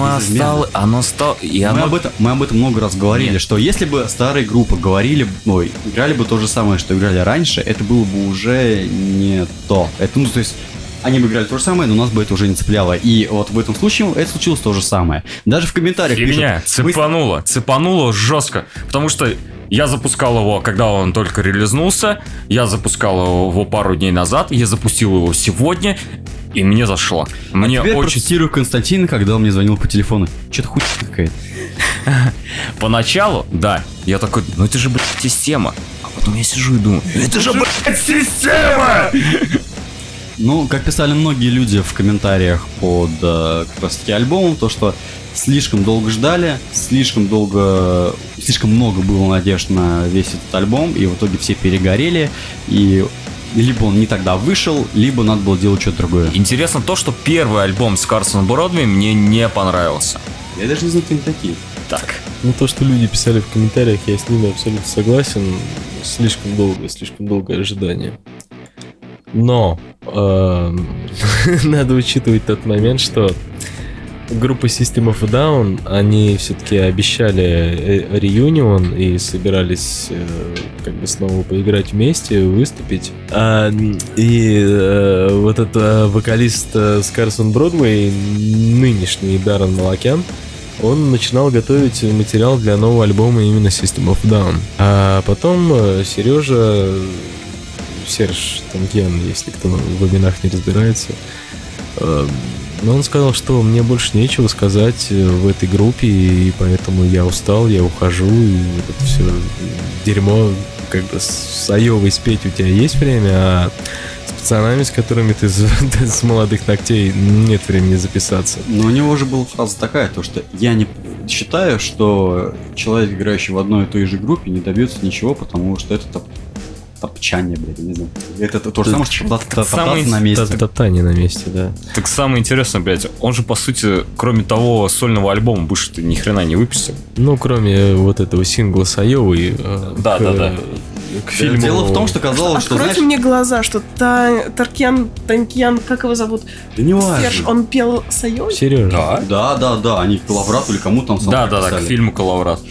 [SPEAKER 1] об этом много раз говорили. Нет. Что если бы старые группы играли бы то же самое, что играли раньше, это было бы уже не то. То есть они бы играли то же самое, но нас бы это уже не цепляло. И вот в этом случае это случилось то же самое. Даже в комментариях пишут...
[SPEAKER 3] Цепануло жестко. Потому что я запускал его, когда он только релизнулся. Я запускал его пару дней назад. Я запустил его сегодня. И мне зашло. Мне
[SPEAKER 1] теперь
[SPEAKER 3] очень...
[SPEAKER 1] процитирую Константина, когда он мне звонил по телефону. Что-то хуйня какая-то.
[SPEAKER 3] Поначалу, да. Я такой, ну это же, блядь, система. А потом я сижу и думаю, это же, блядь, система!
[SPEAKER 1] Ну, как писали многие люди в комментариях под как раз таки альбомом, то что слишком долго ждали, слишком много было надежд на весь этот альбом, и в итоге все перегорели, и либо он не тогда вышел, либо надо было делать что-то другое.
[SPEAKER 3] Интересно то, что первый альбом Scars on Broadway мне не понравился.
[SPEAKER 1] Я даже не знаю, кто они такие.
[SPEAKER 3] Так.
[SPEAKER 2] Ну, то, что люди писали в комментариях, я с ними абсолютно согласен. Слишком долгое ожидание. Но надо учитывать тот момент, что группа System of a Down, они все-таки обещали реюнион и собирались как бы снова поиграть вместе, выступить. И вот этот вокалист Scars on Broadway, нынешний Даррен Малакян, он начинал готовить материал для нового альбома именно System of a Down. А потом Серж Танкьян, если кто в именах не разбирается, но он сказал, что мне больше нечего сказать в этой группе, и поэтому я устал, я ухожу, и это все дерьмо, как бы с Айовой спеть у тебя есть время, а с пацанами, с которыми ты с молодых ногтей, нет времени записаться.
[SPEAKER 1] Но у него же была фраза такая, то что я не считаю, что человек, играющий в одной и той же группе, не добьется ничего, потому что это топчание, блядь, я не знаю. Это то же самое, что топтаться на месте.
[SPEAKER 2] Топтание на месте, да.
[SPEAKER 3] Так самое интересное, блядь, он же, по сути, кроме того сольного альбома, больше-то ни хрена не выпустил.
[SPEAKER 2] Ну, кроме вот этого сингла с Айовой.
[SPEAKER 3] Да.
[SPEAKER 2] К фильму...
[SPEAKER 1] Дело в том, что казалось, что,
[SPEAKER 4] Откройте мне глаза, что Танкьян, как его зовут?
[SPEAKER 1] Да не важно.
[SPEAKER 4] Серж, он пел с Айовой?
[SPEAKER 2] Сережа.
[SPEAKER 1] Да, они к Коловрату или кому там сам
[SPEAKER 3] Да, к фильму «Коловрат».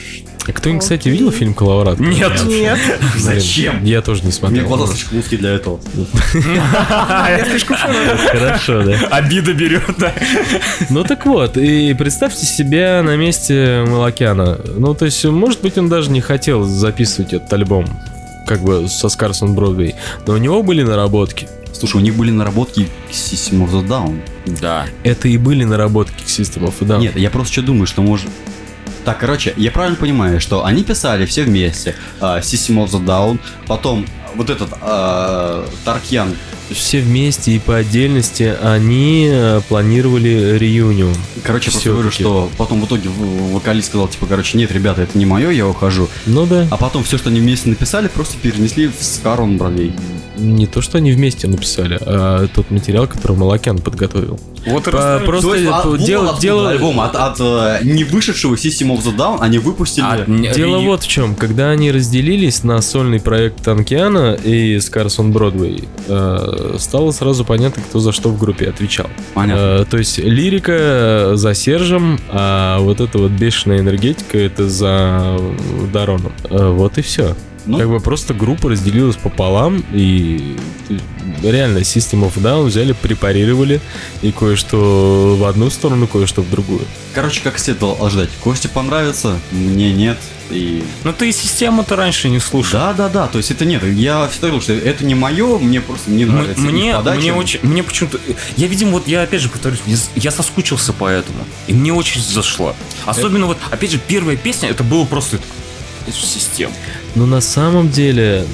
[SPEAKER 2] А кто-нибудь, кстати, видел фильм «Коловрат»?
[SPEAKER 3] Нет.
[SPEAKER 4] Нет.
[SPEAKER 1] Зачем?
[SPEAKER 2] Я тоже не
[SPEAKER 1] У меня
[SPEAKER 2] смотрел.
[SPEAKER 1] глаза слишком узкие для этого.
[SPEAKER 4] Я слишком широкая.
[SPEAKER 2] Хорошо, да.
[SPEAKER 3] Обида берет, да.
[SPEAKER 2] Ну так вот, и представьте себя на месте Малакяна. Ну, то есть, может быть, он даже не хотел записывать этот альбом, как бы со Scars on Broadway, но у него были наработки.
[SPEAKER 1] Слушай, у них были наработки System of a Down.
[SPEAKER 3] Да.
[SPEAKER 2] Это и были наработки к System of a Down.
[SPEAKER 1] Нет, я просто что думаю, что может... Так, короче, я правильно понимаю, что они писали все вместе System of the Down, потом вот этот Таркьян.
[SPEAKER 2] Все вместе и по отдельности они планировали реюнион.
[SPEAKER 1] Короче, я просто говорю,
[SPEAKER 2] Всё-таки.
[SPEAKER 1] что потом в итоге вокалист сказал, типа, короче, нет, ребята, это не мое, я ухожу.
[SPEAKER 2] Ну да.
[SPEAKER 1] А потом все, что они вместе написали, просто перенесли в Scar on Broadway.
[SPEAKER 2] Не то, что они вместе написали, а тот материал, который Малакян подготовил.
[SPEAKER 3] Вот и
[SPEAKER 2] Просто
[SPEAKER 1] То есть
[SPEAKER 2] дело-
[SPEAKER 1] дело альбом от не вышедшего System of the Down они выпустили...
[SPEAKER 2] Дело вот в чем, когда они разделились на сольный проект Танкиана и Scars on Broadway, стало сразу понятно, кто за что в группе отвечал.
[SPEAKER 1] Понятно.
[SPEAKER 2] То есть лирика за Сержем, а вот эта вот бешеная энергетика это за Дароном. Вот и все.
[SPEAKER 1] Ну.
[SPEAKER 2] Как бы просто группа разделилась пополам, и реально System of a Down взяли, препарировали, и кое-что в одну сторону, кое-что в другую.
[SPEAKER 1] Короче, как следовало ожидать. Косте понравится, мне нет. И...
[SPEAKER 3] Ну ты и систему-то раньше не слушал.
[SPEAKER 1] Да, то есть это нет. Я всегда говорил, что это не мое, мне просто не нравится. их подача.
[SPEAKER 3] Мне почему-то... Я, видимо, вот я опять же повторюсь, я соскучился по этому. И мне очень зашло. Особенно вот, опять же, первая песня, это было просто из системы.
[SPEAKER 2] Но на самом деле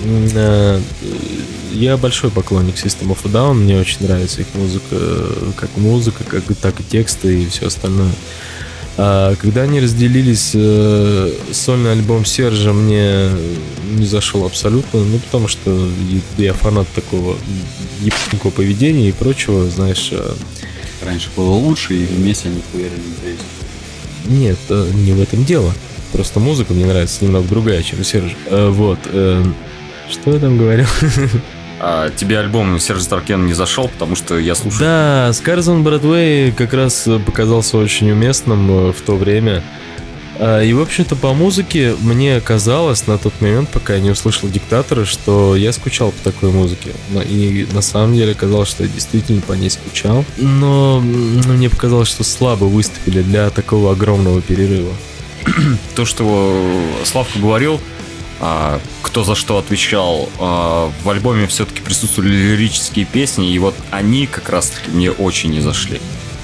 [SPEAKER 2] я большой поклонник System of a Down, мне очень нравится их музыка, так и тексты и все остальное. А когда они разделились, сольный альбом Сержа мне не зашел абсолютно, ну потому что я фанат такого ебанького поведения и прочего, знаешь.
[SPEAKER 1] Раньше было лучше, и вместе они хуярили.
[SPEAKER 2] Нет, не в этом дело. Просто музыка мне нравится немного другая, чем у Сержа. Вот. Что я там говорил?
[SPEAKER 3] А тебе альбом Сержа Таркьяна не зашел, потому что я слушаю...
[SPEAKER 2] Да, Scars on Broadway как раз показался очень уместным в то время. И, в общем-то, по музыке мне казалось на тот момент, пока я не услышал «Диктатора», что я скучал по такой музыке. И на самом деле казалось, что я действительно по ней скучал. Но мне показалось, что слабо выступили для такого огромного перерыва.
[SPEAKER 3] То, что Славка говорил, кто за что отвечал, в альбоме все-таки присутствовали лирические песни, и вот они как раз-таки мне очень не зашли.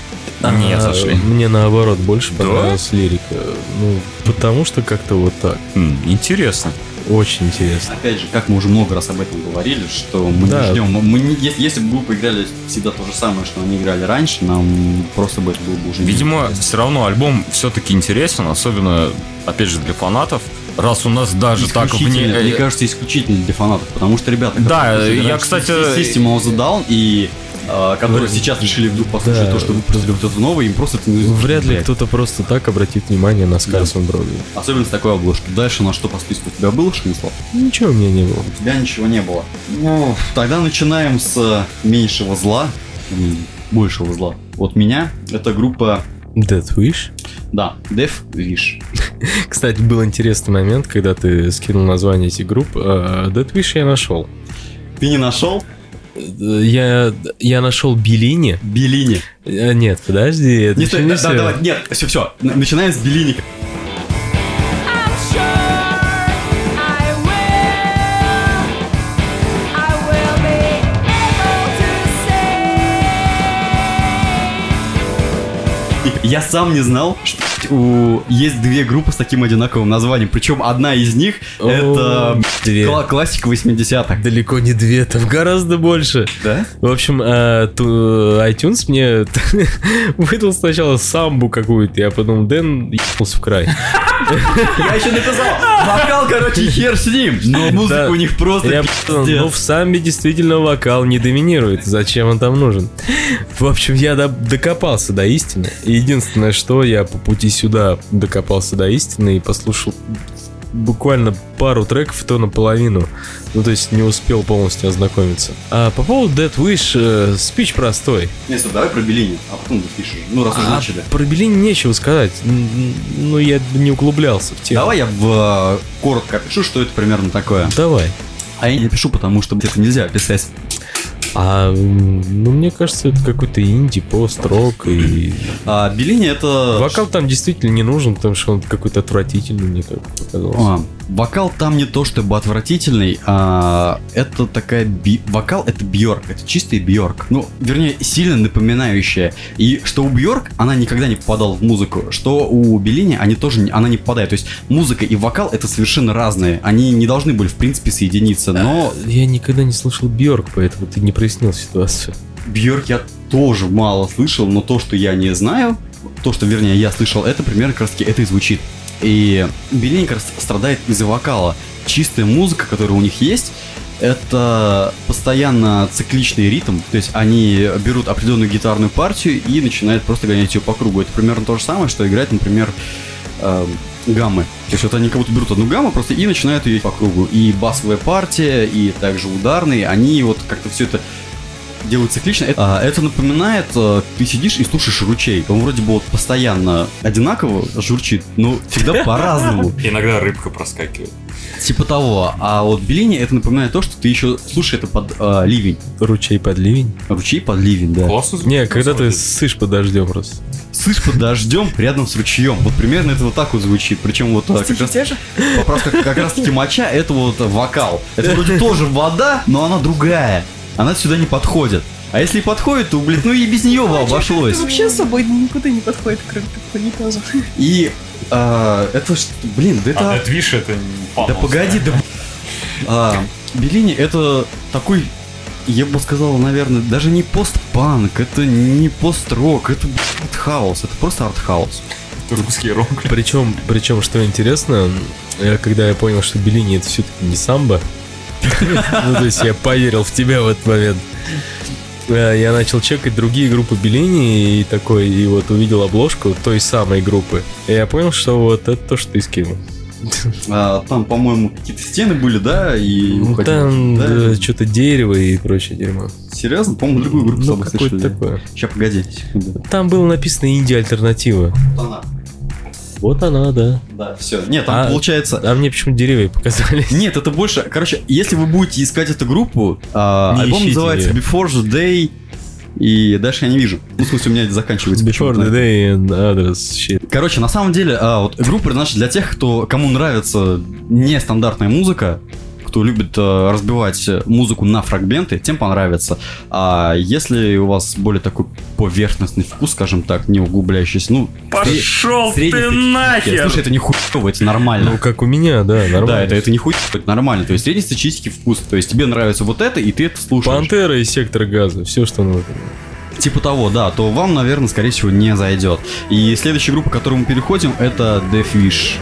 [SPEAKER 3] Не зашли.
[SPEAKER 2] Мне наоборот больше
[SPEAKER 3] Да?
[SPEAKER 2] понравилась лирика. Ну, потому что как-то вот так.
[SPEAKER 3] Интересно.
[SPEAKER 2] Очень интересно.
[SPEAKER 1] Опять же, как мы уже много раз об этом говорили, что мы
[SPEAKER 2] Да.
[SPEAKER 1] не ждем. Если бы группы играли всегда то же самое, что они играли раньше, нам просто бы это было бы уже...
[SPEAKER 3] Видимо, все равно альбом все-таки интересен, особенно, опять же, для фанатов. Раз у нас даже так
[SPEAKER 1] Исключительно, мне кажется, исключительно для фанатов, потому что ребята,
[SPEAKER 3] Да,
[SPEAKER 1] которые
[SPEAKER 3] я,
[SPEAKER 1] раньше
[SPEAKER 3] кстати,
[SPEAKER 1] System of the Down и которые сейчас решили вдруг послушать
[SPEAKER 2] Да.
[SPEAKER 1] то, что выпустили кто-то новый, им просто это не
[SPEAKER 2] Вряд ли
[SPEAKER 1] впечатляет.
[SPEAKER 2] кто-то просто так обратит внимание на Scars on Broadway.
[SPEAKER 1] Особенно с такой обложкой. Дальше на что по списку? У тебя было Шмислав?
[SPEAKER 2] Ничего у меня не было.
[SPEAKER 1] У тебя ничего не было. Ну, тогда начинаем с меньшего зла, большего зла. Вот меня, это группа,
[SPEAKER 2] Death Wish.
[SPEAKER 1] да, Death Wish.
[SPEAKER 2] Кстати, был интересный момент, когда ты скинул название этих групп. Death Wish я нашел.
[SPEAKER 1] Ты не нашел?
[SPEAKER 2] Я нашел Беллини.
[SPEAKER 1] Беллини.
[SPEAKER 2] Нет, подожди, это
[SPEAKER 1] Не
[SPEAKER 2] еще
[SPEAKER 1] стой,
[SPEAKER 2] не
[SPEAKER 1] да,
[SPEAKER 2] все.
[SPEAKER 1] давай, нет, все, начинаем с Беллини.
[SPEAKER 5] I'm sure I will be able to say.
[SPEAKER 1] Я сам не знал, что есть две группы с таким одинаковым названием. Причем одна из них это
[SPEAKER 2] две.
[SPEAKER 1] классика 80-х.
[SPEAKER 2] Далеко не две, там гораздо больше.
[SPEAKER 1] Да?
[SPEAKER 2] В общем, iTunes мне выдал сначала самбу какую-то. Я подумал, Дэн ебался в край.
[SPEAKER 1] Я еще написал, вокал, короче, хер с ним. Но музыка
[SPEAKER 2] Да.
[SPEAKER 1] у них просто
[SPEAKER 2] Я
[SPEAKER 1] пиздец.
[SPEAKER 2] подумал, ну в самбе действительно вокал не доминирует. Зачем он там нужен? В общем, я докопался до истины. И единственное, что я по пути сюда докопался до истины и послушал буквально пару треков, то наполовину. Ну, то есть не успел полностью ознакомиться. А по поводу Dead Wish, спич простой.
[SPEAKER 1] Нет, давай про Беллини, а потом ты пишешь. Ну, раз мы начали.
[SPEAKER 2] Про Беллини нечего сказать. Ну, я не углублялся в тему.
[SPEAKER 1] Давай я коротко опишу, что это примерно такое.
[SPEAKER 2] Давай.
[SPEAKER 1] А я не пишу, потому что это нельзя описать.
[SPEAKER 2] Ну, мне кажется, это какой-то инди, пост-рок и...
[SPEAKER 1] Беллини это...
[SPEAKER 2] Вокал там действительно не нужен, потому что он какой-то отвратительный, мне как показалось.
[SPEAKER 1] Вокал там не то чтобы отвратительный, это такая... Вокал это Бьорк, это чистый Бьорк. Ну, вернее, сильно напоминающая. И что у Бьорк, она никогда не попадала в музыку, что у Беллини она не попадает. То есть музыка и вокал это совершенно разные. Они не должны были, в принципе, соединиться, но...
[SPEAKER 2] Я никогда не слышал Бьорк, поэтому ты не прояснил ситуацию.
[SPEAKER 1] Бьорк я тоже мало слышал, но то, что я не знаю, то, что, вернее, я слышал, это примерно как раз таки это и звучит. И Беллини как раз страдает из-за вокала. Чистая музыка, которая у них есть, это постоянно цикличный ритм. То есть они берут определенную гитарную партию и начинают просто гонять ее по кругу. Это примерно то же самое, что играть, например, гаммы. То есть вот они как будто берут одну гамму просто и начинают ее по кругу. И басовая партия, и также ударные, они вот как-то все это делают циклично. Это напоминает, ты сидишь и слушаешь ручей. Он вроде бы вот постоянно одинаково журчит, но всегда по-разному.
[SPEAKER 3] Иногда рыбка проскакивает.
[SPEAKER 1] Типа того. А вот Беллини это напоминает то, что ты еще слушаешь это под ливень.
[SPEAKER 2] Ручей под ливень?
[SPEAKER 1] Ручей под ливень, да.
[SPEAKER 3] Классно звучит.
[SPEAKER 2] Не, когда ты ссышь под дождем просто.
[SPEAKER 1] Сышь под дождем рядом с ручьем. Вот примерно это вот так вот звучит. Причем вот как раз,
[SPEAKER 4] те же?
[SPEAKER 1] поправка, как раз таки моча, это вот вокал. Это вроде тоже вода, но она другая. Она сюда не подходит. А если и подходит, то, блин, ну и без нее бы обошлось.
[SPEAKER 4] Это вообще с собой никуда не подходит, кроме такой позы.
[SPEAKER 1] И это что, блин, да это...
[SPEAKER 3] Dead Wish это не
[SPEAKER 1] Да погоди, да... Беллини это такой, я бы сказал, наверное, даже не постпанк, это не пост-рок, это артхаус, это просто артхаус.
[SPEAKER 3] Это русский рок.
[SPEAKER 2] Причем, что интересно, когда я понял, что Беллини это все-таки не самбо, ну, то есть я поверил в тебя в этот момент. Я начал чекать другие группы Беллини и вот увидел обложку той самой группы. И я понял, что вот это то, что ты скинул.
[SPEAKER 1] Там, по-моему, какие-то стены были, да? И
[SPEAKER 2] там да, что-то дерево и прочее дерьмо.
[SPEAKER 1] Серьезно? По-моему, другую группу
[SPEAKER 2] Ну, какое-то такое.
[SPEAKER 1] Сейчас, погоди, секунду.
[SPEAKER 2] Там было написано инди-альтернатива. Вот она, да.
[SPEAKER 1] Да, все. Нет, там получается...
[SPEAKER 2] А мне почему-то деревья показались?
[SPEAKER 1] Нет, это больше... Короче, если вы будете искать эту группу, альбом называется Before the Day, и дальше я не вижу. Ну, в смысле, у меня это заканчивается.
[SPEAKER 2] Before the Day and Others shit.
[SPEAKER 1] Короче, на самом деле, вот группа предназначена для тех, кому нравится нестандартная музыка, кто любит разбивать музыку на фрагменты, тем понравится. А если у вас более такой поверхностный вкус, скажем так, не углубляющийся, ну...
[SPEAKER 3] Пошел ты нахер!
[SPEAKER 1] Слушай, это не хуёво, это нормально.
[SPEAKER 2] Ну, как у меня, да, нормально.
[SPEAKER 1] Да, это не хуёво, это нормально. То есть среднестатистический вкус. То есть тебе нравится вот это, и ты это слушаешь.
[SPEAKER 2] Пантера и Сектор Газа, все, что нужно.
[SPEAKER 1] Типа того, да, то вам, наверное, скорее всего, не зайдет. И следующая группа, к которой мы переходим, это Death Wish.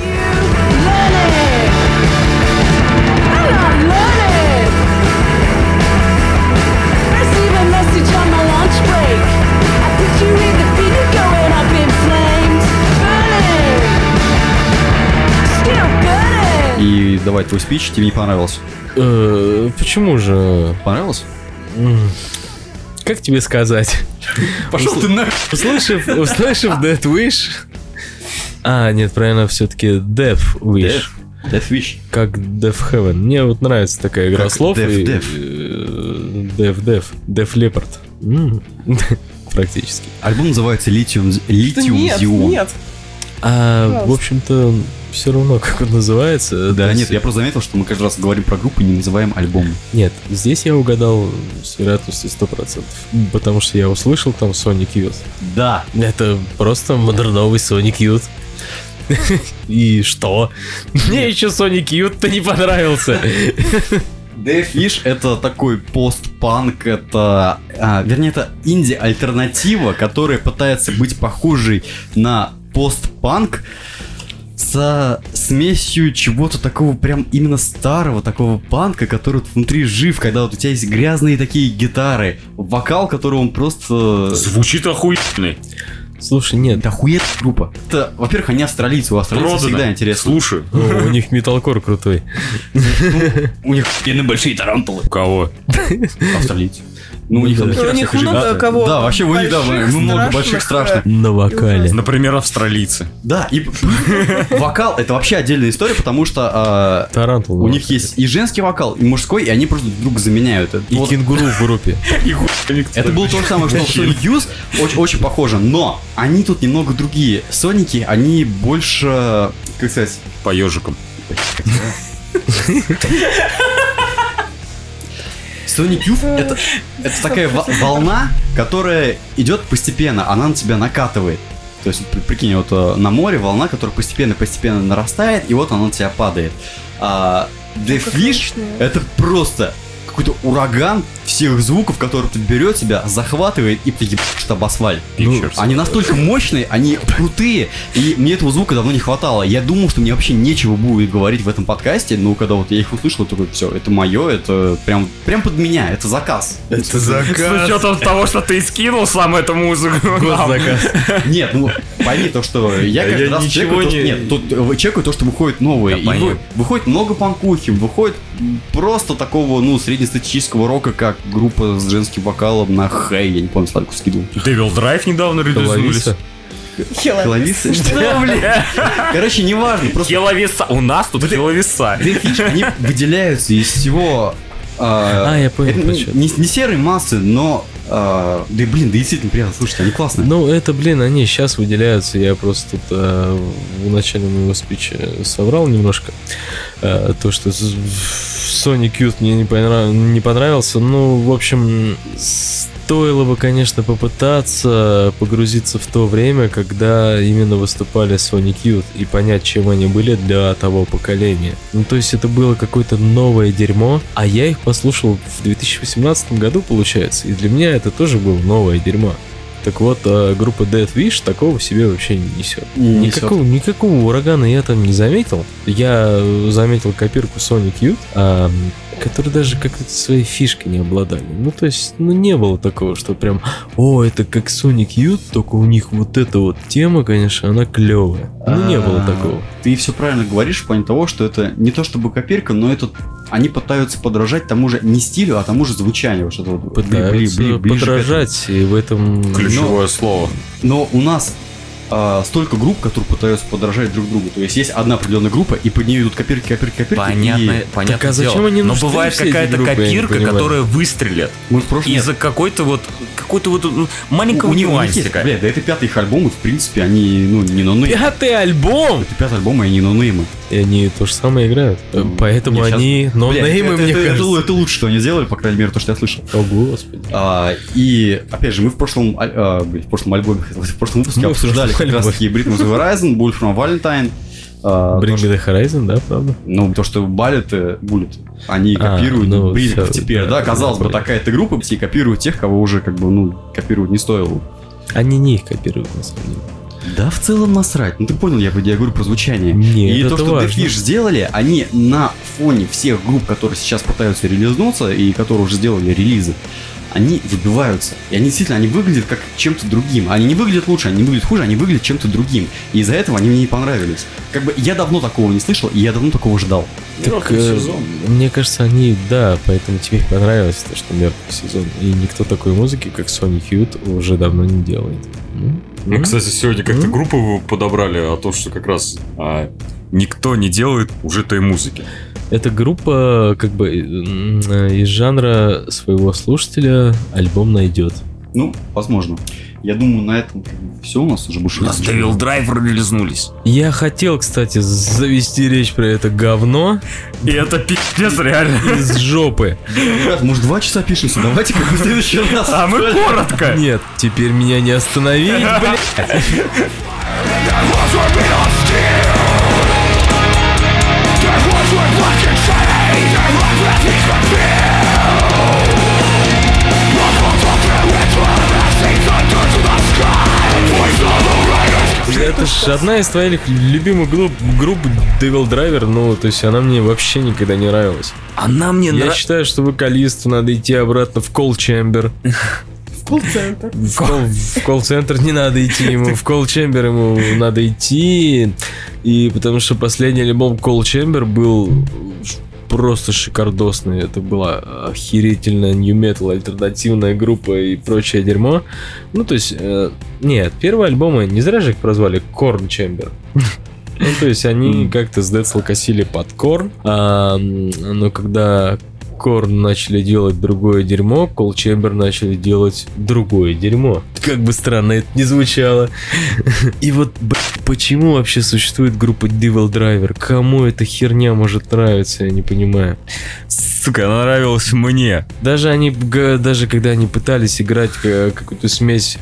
[SPEAKER 1] И давай, твой спич тебе не понравился?
[SPEAKER 2] Почему же?
[SPEAKER 1] Понравился?
[SPEAKER 2] Как тебе сказать?
[SPEAKER 1] Пошел ты нахуй!
[SPEAKER 2] Услышав Death Wish... нет, правильно, все-таки Death Wish.
[SPEAKER 1] Death Wish.
[SPEAKER 2] Как Death Heaven. Мне вот нравится такая игра
[SPEAKER 1] как
[SPEAKER 2] слов.
[SPEAKER 1] Death
[SPEAKER 2] Leppard. Практически.
[SPEAKER 1] Альбом называется Lithium Zion.
[SPEAKER 4] Нет.
[SPEAKER 2] В общем-то, все равно, как он называется.
[SPEAKER 1] Да, нет, я просто заметил, что мы каждый раз говорим про группу и не называем альбом.
[SPEAKER 2] Нет, здесь я угадал с вероятностью 100%. Потому что я услышал там Sonic Youth.
[SPEAKER 1] Да.
[SPEAKER 2] Это просто модерновый Sonic Youth. И что? Мне еще Sonic Youth-то не понравился.
[SPEAKER 1] Death Wish это такой постпанк, это, вернее, это инди-альтернатива, которая пытается быть похожей на постпанк со смесью чего-то такого прям именно старого, такого панка, который вот внутри жив, когда вот у тебя есть грязные такие гитары, вокал, который он просто...
[SPEAKER 3] Звучит охуительный.
[SPEAKER 2] Слушай, нет,
[SPEAKER 1] Да хует группа. Это, во-первых, они австралийцы, у австралийцев
[SPEAKER 3] Продано.
[SPEAKER 1] всегда интересно.
[SPEAKER 3] Слушай,
[SPEAKER 2] у них металкор крутой.
[SPEAKER 1] У них большие тарантулы.
[SPEAKER 3] у кого?
[SPEAKER 1] Австралийцы. Ну, у них
[SPEAKER 2] Да.
[SPEAKER 1] там хера
[SPEAKER 4] У них
[SPEAKER 1] всякой
[SPEAKER 4] много
[SPEAKER 1] жизни.
[SPEAKER 4] кого
[SPEAKER 1] Да, вообще у них, да,
[SPEAKER 4] больших,
[SPEAKER 1] много больших
[SPEAKER 4] страшных,
[SPEAKER 1] страшных.
[SPEAKER 2] На вокале.
[SPEAKER 3] Например, австралийцы.
[SPEAKER 1] Да, и вокал это вообще отдельная история, потому что
[SPEAKER 2] Тарантул.
[SPEAKER 1] у них есть и женский вокал, и мужской, и они просто друг друга заменяют.
[SPEAKER 2] И
[SPEAKER 1] Вот
[SPEAKER 2] кенгуру в группе.
[SPEAKER 1] это было то же самое, что в Sonic Youth, очень похоже, но они тут немного другие. Соники, они больше, как сказать,
[SPEAKER 3] По ежикам.
[SPEAKER 1] Sonic Youth это такая волна, которая идет постепенно, она на тебя накатывает. То есть, прикинь, вот на море волна, которая постепенно нарастает, и вот она на тебя падает. А Death Wish это просто какой-то ураган всех звуков, который тут берет тебя, захватывает и ты ебашит об асфальт.
[SPEAKER 3] Pictures.
[SPEAKER 1] Они настолько мощные, они крутые, и мне этого звука давно не хватало. Я думал, что мне вообще нечего будет говорить в этом подкасте, но когда вот я их услышал, такой, все, это мое, это прям под меня, это заказ.
[SPEAKER 2] Это
[SPEAKER 3] С
[SPEAKER 2] заказ.
[SPEAKER 3] учетом того, что ты скинул сам эту музыку.
[SPEAKER 2] Госзаказ.
[SPEAKER 1] Нет, ну пойми то, что я каждый раз чекаю то, что... Нет, тут чекаю то, что выходит новое.
[SPEAKER 3] Да,
[SPEAKER 1] И
[SPEAKER 3] понятно.
[SPEAKER 1] выходит много панкухи, выходит просто такого, ну, среднестатистического рока, как группа с женским вокалом на Хэй, я не помню, сколько скидывал.
[SPEAKER 3] Devil Drive недавно релизнулись.
[SPEAKER 2] Ловиса.
[SPEAKER 1] Хеловисы? Что, блин? Короче, неважно, просто
[SPEAKER 3] Хеловеса. У нас тут хеловеса.
[SPEAKER 1] Death Wish, они выделяются из всего...
[SPEAKER 2] я понял,
[SPEAKER 1] это
[SPEAKER 2] про чё.
[SPEAKER 1] не серой массы, но... да действительно приятно слушать, они классные.
[SPEAKER 2] Ну, это, блин, они сейчас выделяются. Я просто тут в начале моего спича соврал немножко. То, что Sonic Youth мне не понравился. Ну, в общем, стоило бы, конечно, попытаться погрузиться в то время, когда именно выступали Sonic Youth, и понять, чем они были для того поколения. Ну, то есть это было какое-то новое дерьмо, а я их послушал в 2018 году, получается, и для меня это тоже было новое дерьмо. Так вот, группа Death Wish такого в себе вообще не несет.
[SPEAKER 1] Несет.
[SPEAKER 2] Никакого урагана я там не заметил. Я заметил копирку Sonic Youth, которые даже как-то своей фишкой не обладали. Ну, то есть, не было такого, что прям, это как Sonic Youth, только у них вот эта вот тема, конечно, она клевая. Ну, не было такого.
[SPEAKER 1] Ты все правильно говоришь в плане того, что это не то чтобы копирка, но это они пытаются подражать тому же не стилю, а тому же звучанию. Вот что-то вот
[SPEAKER 2] Пытаются
[SPEAKER 1] ближе к этому.
[SPEAKER 2] подражать, и в этом...
[SPEAKER 3] Ключевое слово.
[SPEAKER 1] Но у нас столько групп, которые пытаются подражать друг другу. То есть есть одна определенная группа, и под нее идут копирки.
[SPEAKER 3] Понятно
[SPEAKER 2] Так, а зачем
[SPEAKER 3] дело.
[SPEAKER 2] они
[SPEAKER 3] Но
[SPEAKER 2] нужны
[SPEAKER 3] бывает
[SPEAKER 2] все эти
[SPEAKER 3] какая-то
[SPEAKER 2] группы, я не
[SPEAKER 3] копирка,
[SPEAKER 2] понимаю.
[SPEAKER 3] которая выстрелит.
[SPEAKER 1] Мы в прошлом...
[SPEAKER 3] Из-за какой-то вот маленького
[SPEAKER 1] у них есть,
[SPEAKER 3] нюансика.
[SPEAKER 1] блядь, да это пятый их альбом, и в принципе они, не нонеймы.
[SPEAKER 2] Пятый альбом!
[SPEAKER 1] Это пятый альбом, и они нонеймы.
[SPEAKER 2] И они то же самое играют. Поэтому
[SPEAKER 1] Не, щас-
[SPEAKER 2] они нонеймы, мне кажется.
[SPEAKER 1] это лучше, что они сделали, по крайней мере, то, что я слышал.
[SPEAKER 2] О, господи.
[SPEAKER 1] И, опять же, мы в прошлом альбоме, в прошлом выпуске
[SPEAKER 2] Мы в
[SPEAKER 1] обсуждали
[SPEAKER 2] прошлом
[SPEAKER 1] как раз таки Bring Me The Horizon, Bullet from Valentine.
[SPEAKER 2] Bring Me The Horizon, да, правда?
[SPEAKER 1] Ну, то, что Bullet, они копируют
[SPEAKER 2] ну,
[SPEAKER 1] бритов
[SPEAKER 2] всё,
[SPEAKER 1] теперь,
[SPEAKER 2] да,
[SPEAKER 1] да, казалось бы,
[SPEAKER 2] да.
[SPEAKER 1] такая-то группа, все копируют тех, кого уже, копировать не стоило.
[SPEAKER 2] Они не их копируют, на самом деле.
[SPEAKER 1] Да, в целом насрать. Ну, ты понял, я говорю про звучание.
[SPEAKER 2] Нет,
[SPEAKER 1] И
[SPEAKER 2] это
[SPEAKER 1] то, что
[SPEAKER 2] важно.
[SPEAKER 1] Death Wish сделали, они на фоне всех групп, которые сейчас пытаются релизнуться и которые уже сделали релизы, они выбиваются. И они действительно, они выглядят как чем-то другим. Они не выглядят лучше, они не выглядят хуже, они выглядят чем-то другим. И из-за этого они мне не понравились. Я давно такого не слышал, и я давно такого ждал.
[SPEAKER 2] Так, мне кажется, они, да, поэтому тебе и понравилось то, что мертвый сезон. И никто такой музыки, как Sonic Youth, уже давно не делает.
[SPEAKER 3] Мы, кстати, сегодня как-то группу подобрали о том, что как раз никто не делает уже той музыки.
[SPEAKER 2] Эта группа, из жанра своего слушателя альбом найдет.
[SPEAKER 1] Ну, возможно. Я думаю, на этом все у нас уже больше.
[SPEAKER 3] У нас Devil Drive релизнулись.
[SPEAKER 2] Я хотел, кстати, завести речь про это говно
[SPEAKER 3] И это пиздец реально.
[SPEAKER 2] из жопы.
[SPEAKER 1] Ребят, может 2 часа пишемся, давайте как в следующий раз.
[SPEAKER 3] А мы коротко.
[SPEAKER 2] Нет, теперь меня не остановить, блядь. Это ж одна из твоих любимых групп Devil Driver, ну, то есть она мне вообще никогда не нравилась.
[SPEAKER 3] Она мне
[SPEAKER 2] Я считаю, что вокалисту надо идти обратно в Cold Chamber.
[SPEAKER 4] Колл-центр.
[SPEAKER 2] В колл-центр не надо идти ему, в колл-чембер ему надо идти. И потому что последний альбом колл-чембер был просто шикардосный. Это была охерительная нью-метал, альтернативная группа и прочее дерьмо. Ну, то есть, нет, первые альбомы, не зря же их прозвали Корн Чембер. Ну, то есть, они как-то с Децл косили под Корн, но когда Корн начали делать другое дерьмо, Cold Chamber начали делать другое дерьмо. Как бы странно это ни звучало. И вот, почему вообще существует группа Devil Driver? Кому эта херня может нравиться, я не понимаю.
[SPEAKER 3] Сука, она нравилась мне.
[SPEAKER 2] Даже когда они пытались играть какую-то смесь,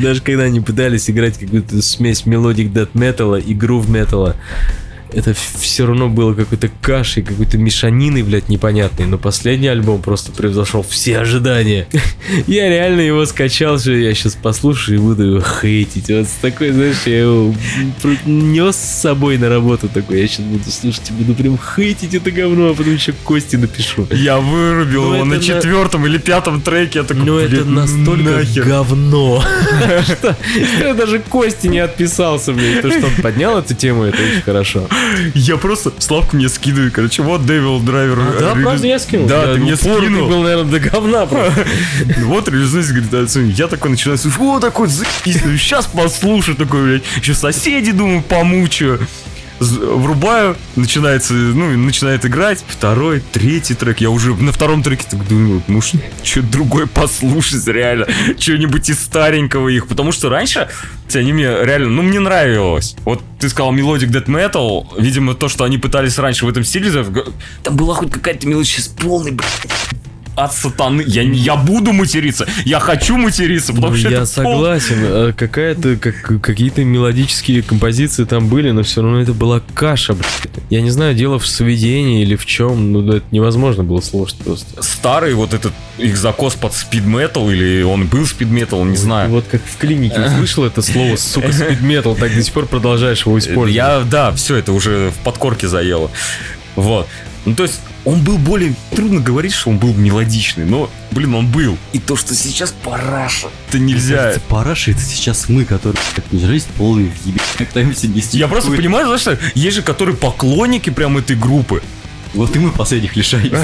[SPEAKER 2] смесь мелодик дэт металла и грув металла, это все равно было какой-то кашей, какой-то мешаниной, блядь, непонятной. Но последний альбом просто превзошел все ожидания. Я реально его скачал, что я сейчас послушаю и буду его хейтить. Вот с такой, знаешь, я его нес с собой на работу такой. Я сейчас буду слушать и буду прям хейтить это говно, а потом еще Кости напишу.
[SPEAKER 3] Я вырубил его на 4-м или 5-м треке. Я такой,
[SPEAKER 2] но это настолько
[SPEAKER 3] нахер
[SPEAKER 2] говно, что даже Кости не отписался, блядь. То, что он поднял эту тему, это очень хорошо.
[SPEAKER 3] Я просто... Славка мне скидывает, короче, вот Devil Driver.
[SPEAKER 2] Да, правда, я скинул.
[SPEAKER 3] Да, ты мне скинул.
[SPEAKER 2] был, наверное, до говна просто.
[SPEAKER 3] Вот релизность, говорит, я такой начинаю слушать, о, такой заебись, сейчас послушаю, такой, блядь, еще соседи, думаю, помучаю. Врубаю, начинает играть, второй, третий трек, я уже на втором треке так думаю, может, что-то другое послушать реально, что-нибудь из старенького их, потому что раньше они мне реально, мне нравилось. Вот ты сказал Melodic Death Metal, видимо, то, что они пытались раньше в этом стиле, там была хоть какая-то мелодия, сейчас полный, блядь, от сатаны. Я буду материться. Я хочу материться, потому что
[SPEAKER 2] я согласен. Какие-то мелодические композиции там были, но все равно это была каша, блядь. Я не знаю, дело в сведении или в чем, но это невозможно было слушать просто.
[SPEAKER 3] Старый вот этот их закос под спид-метал, или он был спид-метал, не знаю.
[SPEAKER 2] Вот как в клинике услышал это слово, сука, спид-метал, так до сих пор продолжаешь его использовать.
[SPEAKER 3] Да, все, это уже в подкорке заело. Вот. Ну, то есть, он был более... Трудно говорить, что он был мелодичный, но, он был. И то, что сейчас параша, это нельзя.
[SPEAKER 1] Кажется, параша — это сейчас мы, которые жизнь полная в ебе. Пытаемся нести.
[SPEAKER 3] Я просто понимаю, знаешь, что есть же, которые поклонники прям этой группы.
[SPEAKER 1] Вот и мы последних лишаемся.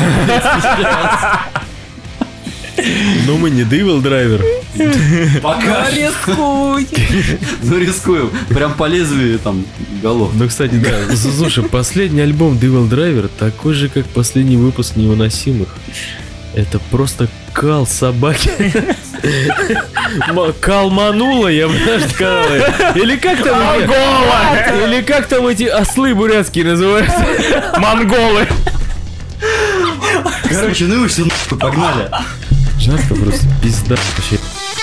[SPEAKER 2] Но мы не Devil Driver.
[SPEAKER 1] Пока.
[SPEAKER 4] Рискуй.
[SPEAKER 1] Рискуем. Прям по лезвию там голов.
[SPEAKER 2] Ну, кстати, да. Слушай, последний альбом Devil Driver такой же, как последний выпуск Невыносимых. Это просто кал собаки. Калманула, я бы даже сказал. Или как там... Или как там эти ослы бурятские называются?
[SPEAKER 3] Монголы.
[SPEAKER 1] Короче, ну и все, погнали.
[SPEAKER 2] Жарко просто, пизда вообще.